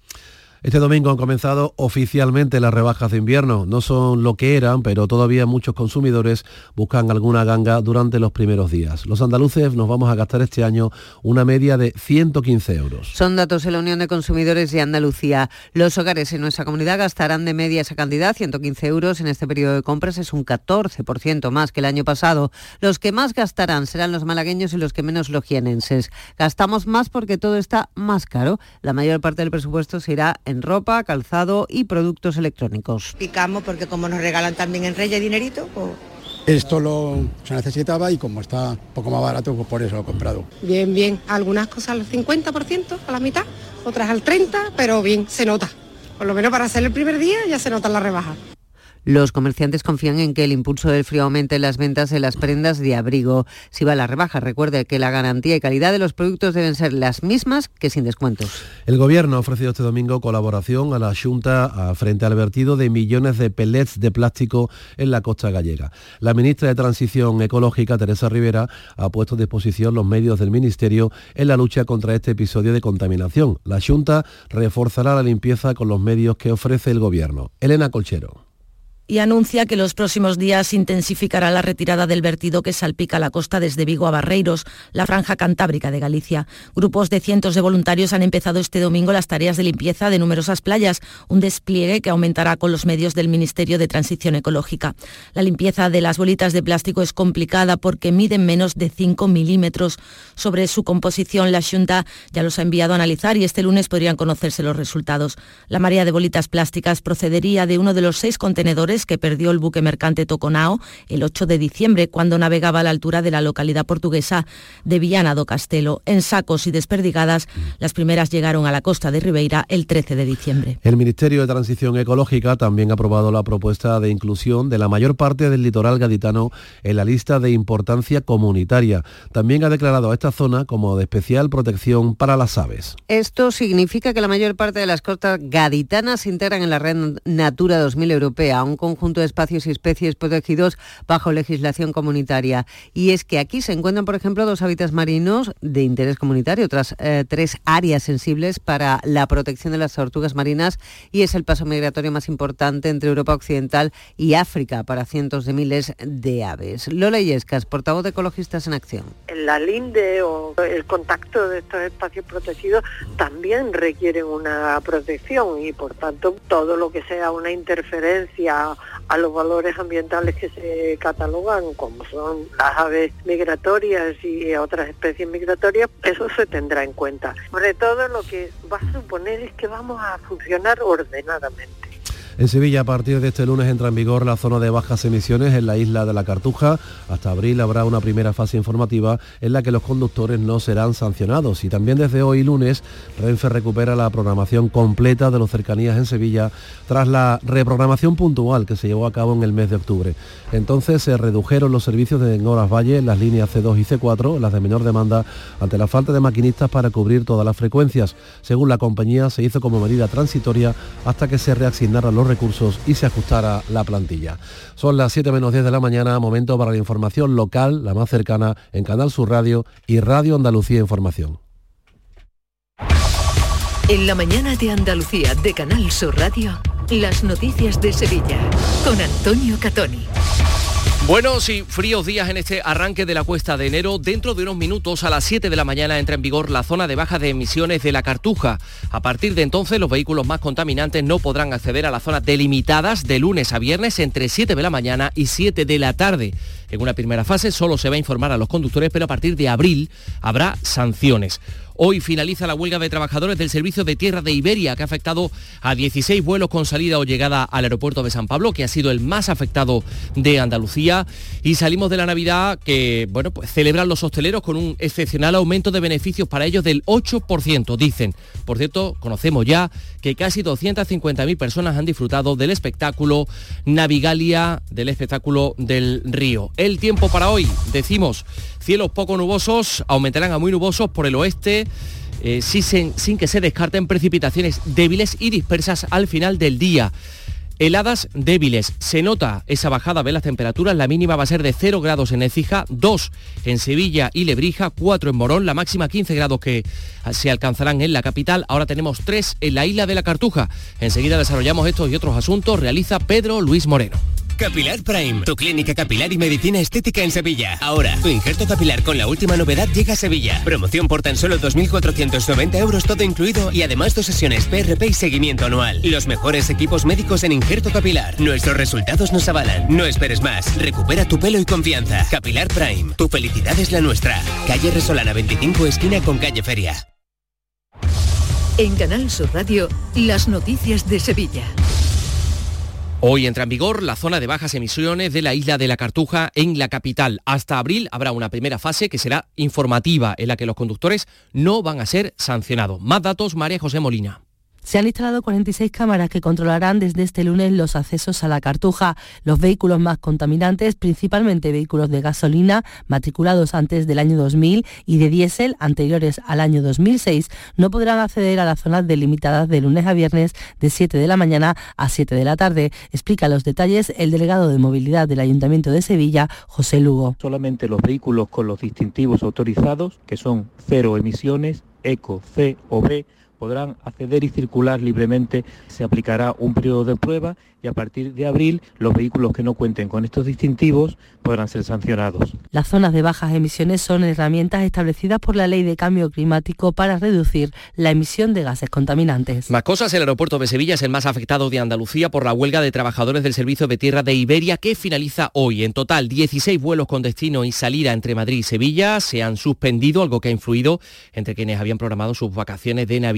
Este domingo han comenzado oficialmente las rebajas de invierno. No son lo que eran, pero todavía muchos consumidores buscan alguna ganga durante los primeros días. Los andaluces nos vamos a gastar este año una media de ciento quince euros. Son datos de la Unión de Consumidores de Andalucía. Los hogares en nuestra comunidad gastarán de media esa cantidad, ciento quince euros, en este periodo de compras. Es un catorce por ciento más que el año pasado. Los que más gastarán serán los malagueños y los que menos los jienenses. Gastamos más porque todo está más caro. La mayor parte del presupuesto se irá en ropa, calzado y productos electrónicos. Picamos porque como nos regalan también en Reyes dinerito, pues... Esto lo se necesitaba y como está un poco más barato, pues por eso lo he comprado. Bien, bien. Algunas cosas al cincuenta por ciento, a la mitad, otras al treinta por ciento, pero bien, se nota. Por lo menos para hacer el primer día ya se nota la rebaja. Los comerciantes confían en que el impulso del frío aumente las ventas de las prendas de abrigo. Si va a la rebaja, recuerde que la garantía y calidad de los productos deben ser las mismas que sin descuentos. El Gobierno ha ofrecido este domingo colaboración a la Xunta frente al vertido de millones de pellets de plástico en la costa gallega. La ministra de Transición Ecológica, Teresa Rivera, ha puesto a disposición los medios del Ministerio en la lucha contra este episodio de contaminación. La Xunta reforzará la limpieza con los medios que ofrece el Gobierno. Elena Colchero. Y anuncia que los próximos días intensificará la retirada del vertido que salpica la costa desde Vigo a Barreiros, la franja cantábrica de Galicia. Grupos de cientos de voluntarios han empezado este domingo las tareas de limpieza de numerosas playas, un despliegue que aumentará con los medios del Ministerio de Transición Ecológica. La limpieza de las bolitas de plástico es complicada porque miden menos de cinco milímetros. Sobre su composición, la Xunta ya los ha enviado a analizar y este lunes podrían conocerse los resultados. La marea de bolitas plásticas procedería de uno de los seis contenedores vidas que perdió el buque mercante Toconao el ocho de diciembre cuando navegaba a la altura de la localidad portuguesa de Viana do Castelo. En sacos y desperdigadas, las primeras llegaron a la costa de Ribeira el trece de diciembre. El Ministerio de Transición Ecológica también ha aprobado la propuesta de inclusión de la mayor parte del litoral gaditano en la lista de importancia comunitaria. También ha declarado a esta zona como de especial protección para las aves. Esto significa que la mayor parte de las costas gaditanas se integran en la red Natura dos mil europea, un conjunto de espacios y especies protegidos bajo legislación comunitaria. Y es que aquí se encuentran, por ejemplo, dos hábitats marinos de interés comunitario, otras eh, tres áreas sensibles para la protección de las tortugas marinas, y es el paso migratorio más importante entre Europa Occidental y África para cientos de miles de aves. Lola Illescas, portavoz de Ecologistas en Acción. La linde o el contacto de estos espacios protegidos también requieren una protección y, por tanto, todo lo que sea una interferencia a los valores ambientales que se catalogan, como son las aves migratorias y otras especies migratorias, eso se tendrá en cuenta. Sobre todo lo que va a suponer es que vamos a funcionar ordenadamente. En Sevilla, a partir de este lunes entra en vigor la zona de bajas emisiones en la isla de la Cartuja. Hasta abril habrá una primera fase informativa en la que los conductores no serán sancionados. Y también desde hoy lunes, Renfe recupera la programación completa de los cercanías en Sevilla tras la reprogramación puntual que se llevó a cabo en el mes de octubre. Entonces se redujeron los servicios de Horas Valle, las líneas ce dos y ce cuatro, las de menor demanda, ante la falta de maquinistas para cubrir todas las frecuencias. Según la compañía, se hizo como medida transitoria hasta que se reasignaran los recursos y se ajustara la plantilla. Son las siete menos diez de la mañana, momento para la información local, la más cercana, en Canal Sur Radio y Radio Andalucía Información. En la mañana de Andalucía de Canal Sur Radio, las noticias de Sevilla, con Antonio Catoni. Buenos y fríos días en este arranque de la cuesta de enero. Dentro de unos minutos, a las siete de la mañana, entra en vigor la zona de baja de emisiones de la Cartuja. A partir de entonces, los vehículos más contaminantes no podrán acceder a las zonas delimitadas de lunes a viernes entre siete de la mañana y siete de la tarde. En una primera fase solo se va a informar a los conductores, pero a partir de abril habrá sanciones. Hoy finaliza la huelga de trabajadores del Servicio de Tierra de Iberia, que ha afectado a dieciséis vuelos con salida o llegada al aeropuerto de San Pablo, que ha sido el más afectado de Andalucía. Y salimos de la Navidad que, bueno, pues celebran los hosteleros con un excepcional aumento de beneficios para ellos del ocho por ciento, dicen. Por cierto, conocemos ya que casi doscientas cincuenta mil personas han disfrutado del espectáculo Navigalia, del espectáculo del río. El tiempo para hoy, decimos, cielos poco nubosos, aumentarán a muy nubosos por el oeste, eh, sin, sin que se descarten precipitaciones débiles y dispersas al final del día. Heladas débiles. Se nota esa bajada de las temperaturas. La mínima va a ser de cero grados en Écija, dos en Sevilla y Lebrija, cuatro en Morón, la máxima quince grados que se alcanzarán en la capital. Ahora tenemos tres en la isla de la Cartuja. Enseguida desarrollamos estos y otros asuntos. Realiza Pedro Luis Moreno. Capilar Prime, tu clínica capilar y medicina estética en Sevilla. Ahora, tu injerto capilar con la última novedad llega a Sevilla. Promoción por tan solo dos mil cuatrocientos noventa euros todo incluido y además dos sesiones P R P y seguimiento anual. Los mejores equipos médicos en injerto capilar. Nuestros resultados nos avalan. No esperes más. Recupera tu pelo y confianza. Capilar Prime, tu felicidad es la nuestra. Calle Resolana veinticinco, esquina con calle Feria. En Canal Sur Radio, las noticias de Sevilla. Hoy entra en vigor la zona de bajas emisiones de la isla de la Cartuja en la capital. Hasta abril habrá una primera fase que será informativa, en la que los conductores no van a ser sancionados. Más datos, María José Molina. Se han instalado cuarenta y seis cámaras que controlarán desde este lunes los accesos a la Cartuja. Los vehículos más contaminantes, principalmente vehículos de gasolina matriculados antes del año dos mil y de diésel anteriores al año dos mil seis, no podrán acceder a las zonas delimitadas de lunes a viernes de siete de la mañana a siete de la tarde. Explica los detalles el delegado de Movilidad del Ayuntamiento de Sevilla, José Lugo. Solamente los vehículos con los distintivos autorizados, que son cero emisiones, eco, C o B, podrán acceder y circular libremente. Se aplicará un periodo de prueba y a partir de abril los vehículos que no cuenten con estos distintivos podrán ser sancionados. Las zonas de bajas emisiones son herramientas establecidas por la Ley de Cambio Climático para reducir la emisión de gases contaminantes. Más cosas, el aeropuerto de Sevilla es el más afectado de Andalucía por la huelga de trabajadores del Servicio de Tierra de Iberia que finaliza hoy. En total, dieciséis vuelos con destino y salida entre Madrid y Sevilla se han suspendido, algo que ha influido entre quienes habían programado sus vacaciones de Navidad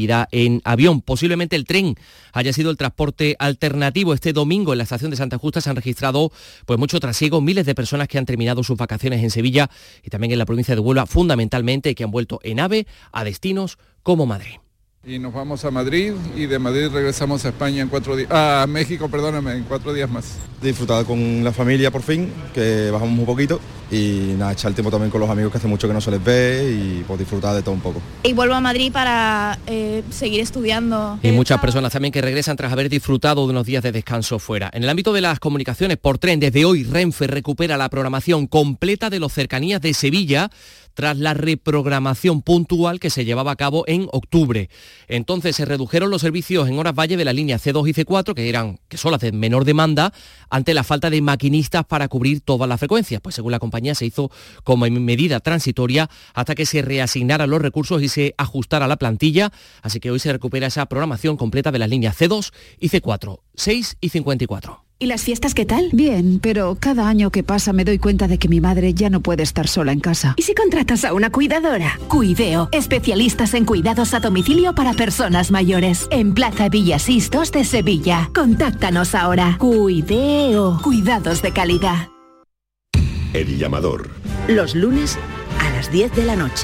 Navidad en avión. Posiblemente el tren haya sido el transporte alternativo. Este domingo en la estación de Santa Justa se han registrado pues mucho trasiego, miles de personas que han terminado sus vacaciones en Sevilla y también en la provincia de Huelva, fundamentalmente, que han vuelto en AVE a destinos como Madrid. Y nos vamos a Madrid y de Madrid regresamos a España en cuatro días, a México, perdóname, en cuatro días más. Disfrutar con la familia por fin, que bajamos un poquito y nada, echar el tiempo también con los amigos que hace mucho que no se les ve y pues disfrutar de todo un poco. Y vuelvo a Madrid para eh, seguir estudiando. Y muchas personas también que regresan tras haber disfrutado de unos días de descanso fuera. En el ámbito de las comunicaciones por tren, desde hoy Renfe recupera la programación completa de los cercanías de Sevilla tras la reprogramación puntual que se llevaba a cabo en octubre. Entonces se redujeron los servicios en horas valle de la línea C dos y C cuatro, que eran que son las de menor demanda, ante la falta de maquinistas para cubrir todas las frecuencias. Pues según la compañía se hizo como medida transitoria hasta que se reasignaran los recursos y se ajustara la plantilla. Así que hoy se recupera esa programación completa de las líneas C dos y C cuatro, seis y cincuenta y cuatro. ¿Y las fiestas qué tal? Bien, pero cada año que pasa me doy cuenta de que mi madre ya no puede estar sola en casa. ¿Y si contratas a una cuidadora? Cuideo, especialistas en cuidados a domicilio para personas mayores. En Plaza Villasís dos de Sevilla. Contáctanos ahora. Cuideo, cuidados de calidad. El llamador. Los lunes a las diez de la noche.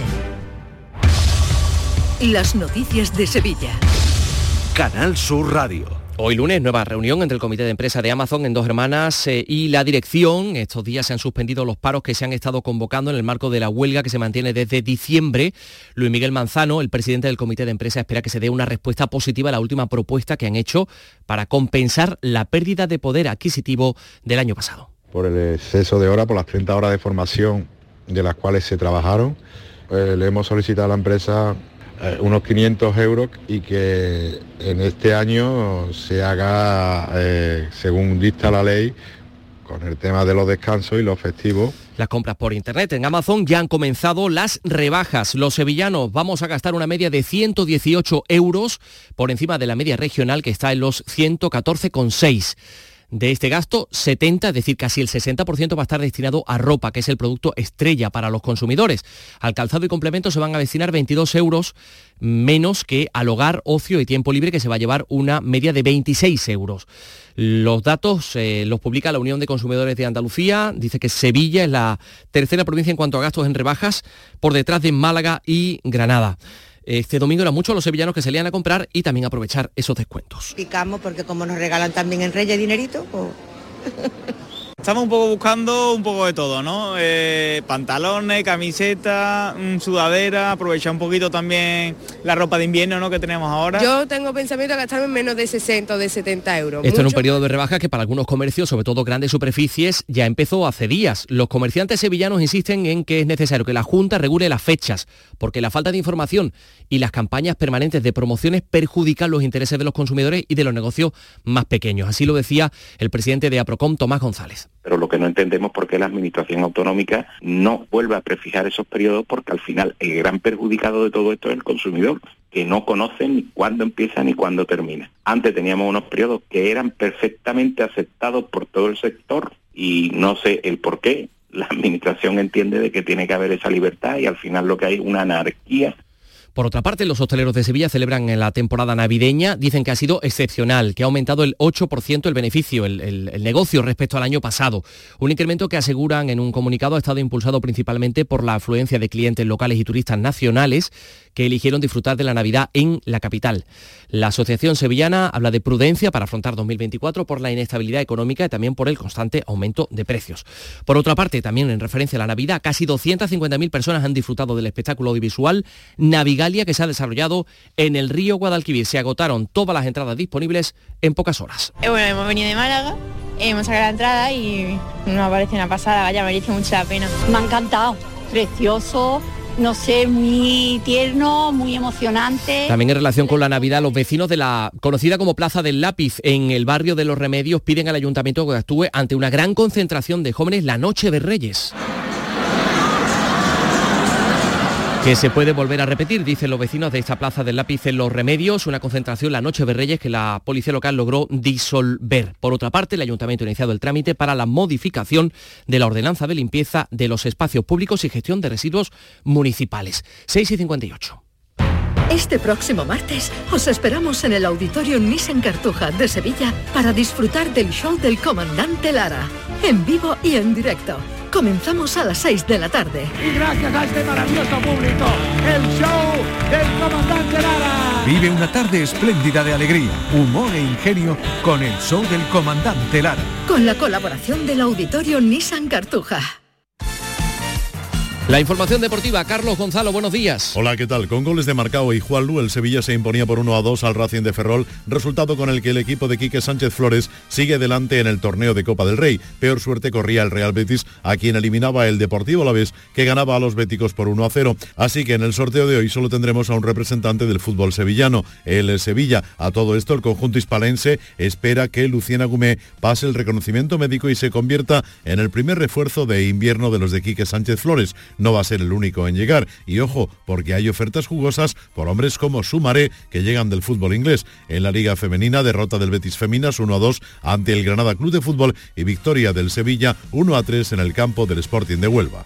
Las noticias de Sevilla. Canal Sur Radio. Hoy lunes, nueva reunión entre el comité de empresa de Amazon en Dos Hermanas eh, y la dirección. Estos días se han suspendido los paros que se han estado convocando en el marco de la huelga que se mantiene desde diciembre. Luis Miguel Manzano, el presidente del comité de empresa, espera que se dé una respuesta positiva a la última propuesta que han hecho para compensar la pérdida de poder adquisitivo del año pasado. Por el exceso de horas, por las treinta horas de formación de las cuales se trabajaron, eh, le hemos solicitado a la empresa Eh, unos quinientos euros y que en este año se haga eh, según dicta la ley con el tema de los descansos y los festivos. Las compras por internet en Amazon ya han comenzado las rebajas. Los sevillanos vamos a gastar una media de ciento dieciocho euros por encima de la media regional que está en los ciento catorce coma seis. De este gasto, setenta, es decir, casi el sesenta por ciento va a estar destinado a ropa, que es el producto estrella para los consumidores. Al calzado y complementos se van a destinar veintidós euros menos que al hogar, ocio y tiempo libre, que se va a llevar una media de veintiséis euros. Los datos eh, los publica la Unión de Consumidores de Andalucía. Dice que Sevilla es la tercera provincia en cuanto a gastos en rebajas, por detrás de Málaga y Granada. Este domingo eran muchos los sevillanos que salían a comprar y también aprovechar esos descuentos. Picamos porque como nos regalan también en Reyes dinerito, pues... Estamos un poco buscando un poco de todo, ¿no? Eh, pantalones, camiseta, sudadera, aprovechar un poquito también la ropa de invierno, ¿no?, que tenemos ahora. Yo tengo pensamiento de gastarme menos de sesenta o de setenta euros. Esto Mucho. En un periodo de rebaja que para algunos comercios, sobre todo grandes superficies, ya empezó hace días. Los comerciantes sevillanos insisten en que es necesario que la Junta regule las fechas, porque la falta de información y las campañas permanentes de promociones perjudican los intereses de los consumidores y de los negocios más pequeños. Así lo decía el presidente de APROCOM, Tomás González. Pero lo que no entendemos es por qué la Administración Autonómica no vuelve a prefijar esos periodos, porque al final el gran perjudicado de todo esto es el consumidor, que no conoce ni cuándo empieza ni cuándo termina. Antes teníamos unos periodos que eran perfectamente aceptados por todo el sector y no sé el por qué. La Administración entiende de que tiene que haber esa libertad y al final lo que hay es una anarquía. Por otra parte, los hosteleros de Sevilla celebran en la temporada navideña, dicen que ha sido excepcional, que ha aumentado el ocho por ciento el beneficio, el, el, el negocio respecto al año pasado. Un incremento que aseguran en un comunicado ha estado impulsado principalmente por la afluencia de clientes locales y turistas nacionales que eligieron disfrutar de la Navidad en la capital. La Asociación Sevillana habla de prudencia para afrontar dos mil veinticuatro por la inestabilidad económica y también por el constante aumento de precios. Por otra parte, también en referencia a la Navidad, casi doscientas cincuenta mil personas han disfrutado del espectáculo audiovisual Navigalia que se ha desarrollado en el río Guadalquivir. Se agotaron todas las entradas disponibles en pocas horas. Eh, bueno, hemos venido de Málaga, hemos sacado la entrada y nos parece una pasada, vaya, merece mucho la pena. Me ha encantado, precioso. No sé, muy tierno, muy emocionante. También en relación con la Navidad, los vecinos de la conocida como Plaza del Lápiz en el barrio de Los Remedios piden al ayuntamiento que actúe ante una gran concentración de jóvenes la noche de Reyes, que se puede volver a repetir, dicen los vecinos de esta Plaza del Lápiz en Los Remedios, una concentración la noche de Reyes que la policía local logró disolver. Por otra parte, el ayuntamiento ha iniciado el trámite para la modificación de la ordenanza de limpieza de los espacios públicos y gestión de residuos municipales. seis y cincuenta y ocho. Este próximo martes os esperamos en el Auditorio Nissan Cartuja de Sevilla para disfrutar del show del Comandante Lara, en vivo y en directo. Comenzamos a las seis de la tarde. Y gracias a este maravilloso público, el show del Comandante Lara. Vive una tarde espléndida de alegría, humor e ingenio con el show del Comandante Lara. Con la colaboración del Auditorio Nissan Cartuja. La información deportiva, Carlos Gonzalo, buenos días. Hola, ¿qué tal? Con goles de Marcao y Juan Lu, el Sevilla se imponía por uno a dos al Racing de Ferrol, resultado con el que el equipo de Quique Sánchez Flores sigue delante en el torneo de Copa del Rey. Peor suerte corría el Real Betis, a quien eliminaba el Deportivo Alavés, que ganaba a los béticos por uno a cero. Así que en el sorteo de hoy solo tendremos a un representante del fútbol sevillano, el Sevilla. A todo esto, el conjunto hispalense espera que Luciana Gumé pase el reconocimiento médico y se convierta en el primer refuerzo de invierno de los de Quique Sánchez Flores. No va a ser el único en llegar, y ojo, porque hay ofertas jugosas por hombres como Sumaré, que llegan del fútbol inglés. En la Liga Femenina, derrota del Betis Feminas uno a dos ante el Granada Club de Fútbol y victoria del Sevilla uno a tres en el campo del Sporting de Huelva.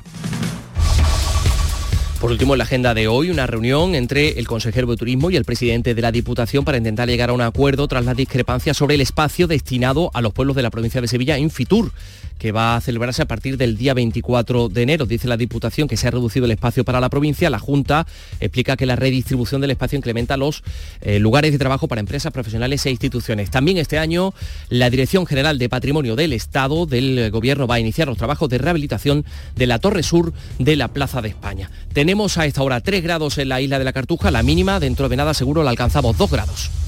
Por último, en la agenda de hoy, una reunión entre el consejero de Turismo y el presidente de la Diputación para intentar llegar a un acuerdo tras las discrepancias sobre el espacio destinado a los pueblos de la provincia de Sevilla en Fitur, que va a celebrarse a partir del día veinticuatro de enero. Dice la Diputación que se ha reducido el espacio para la provincia. La Junta explica que la redistribución del espacio incrementa los eh, lugares de trabajo para empresas, profesionales e instituciones. También este año la Dirección General de Patrimonio del Estado del Gobierno va a iniciar los trabajos de rehabilitación de la Torre Sur de la Plaza de España. Tenemos a esta hora tres grados en la isla de la Cartuja, la mínima dentro de nada seguro la alcanzamos dos grados.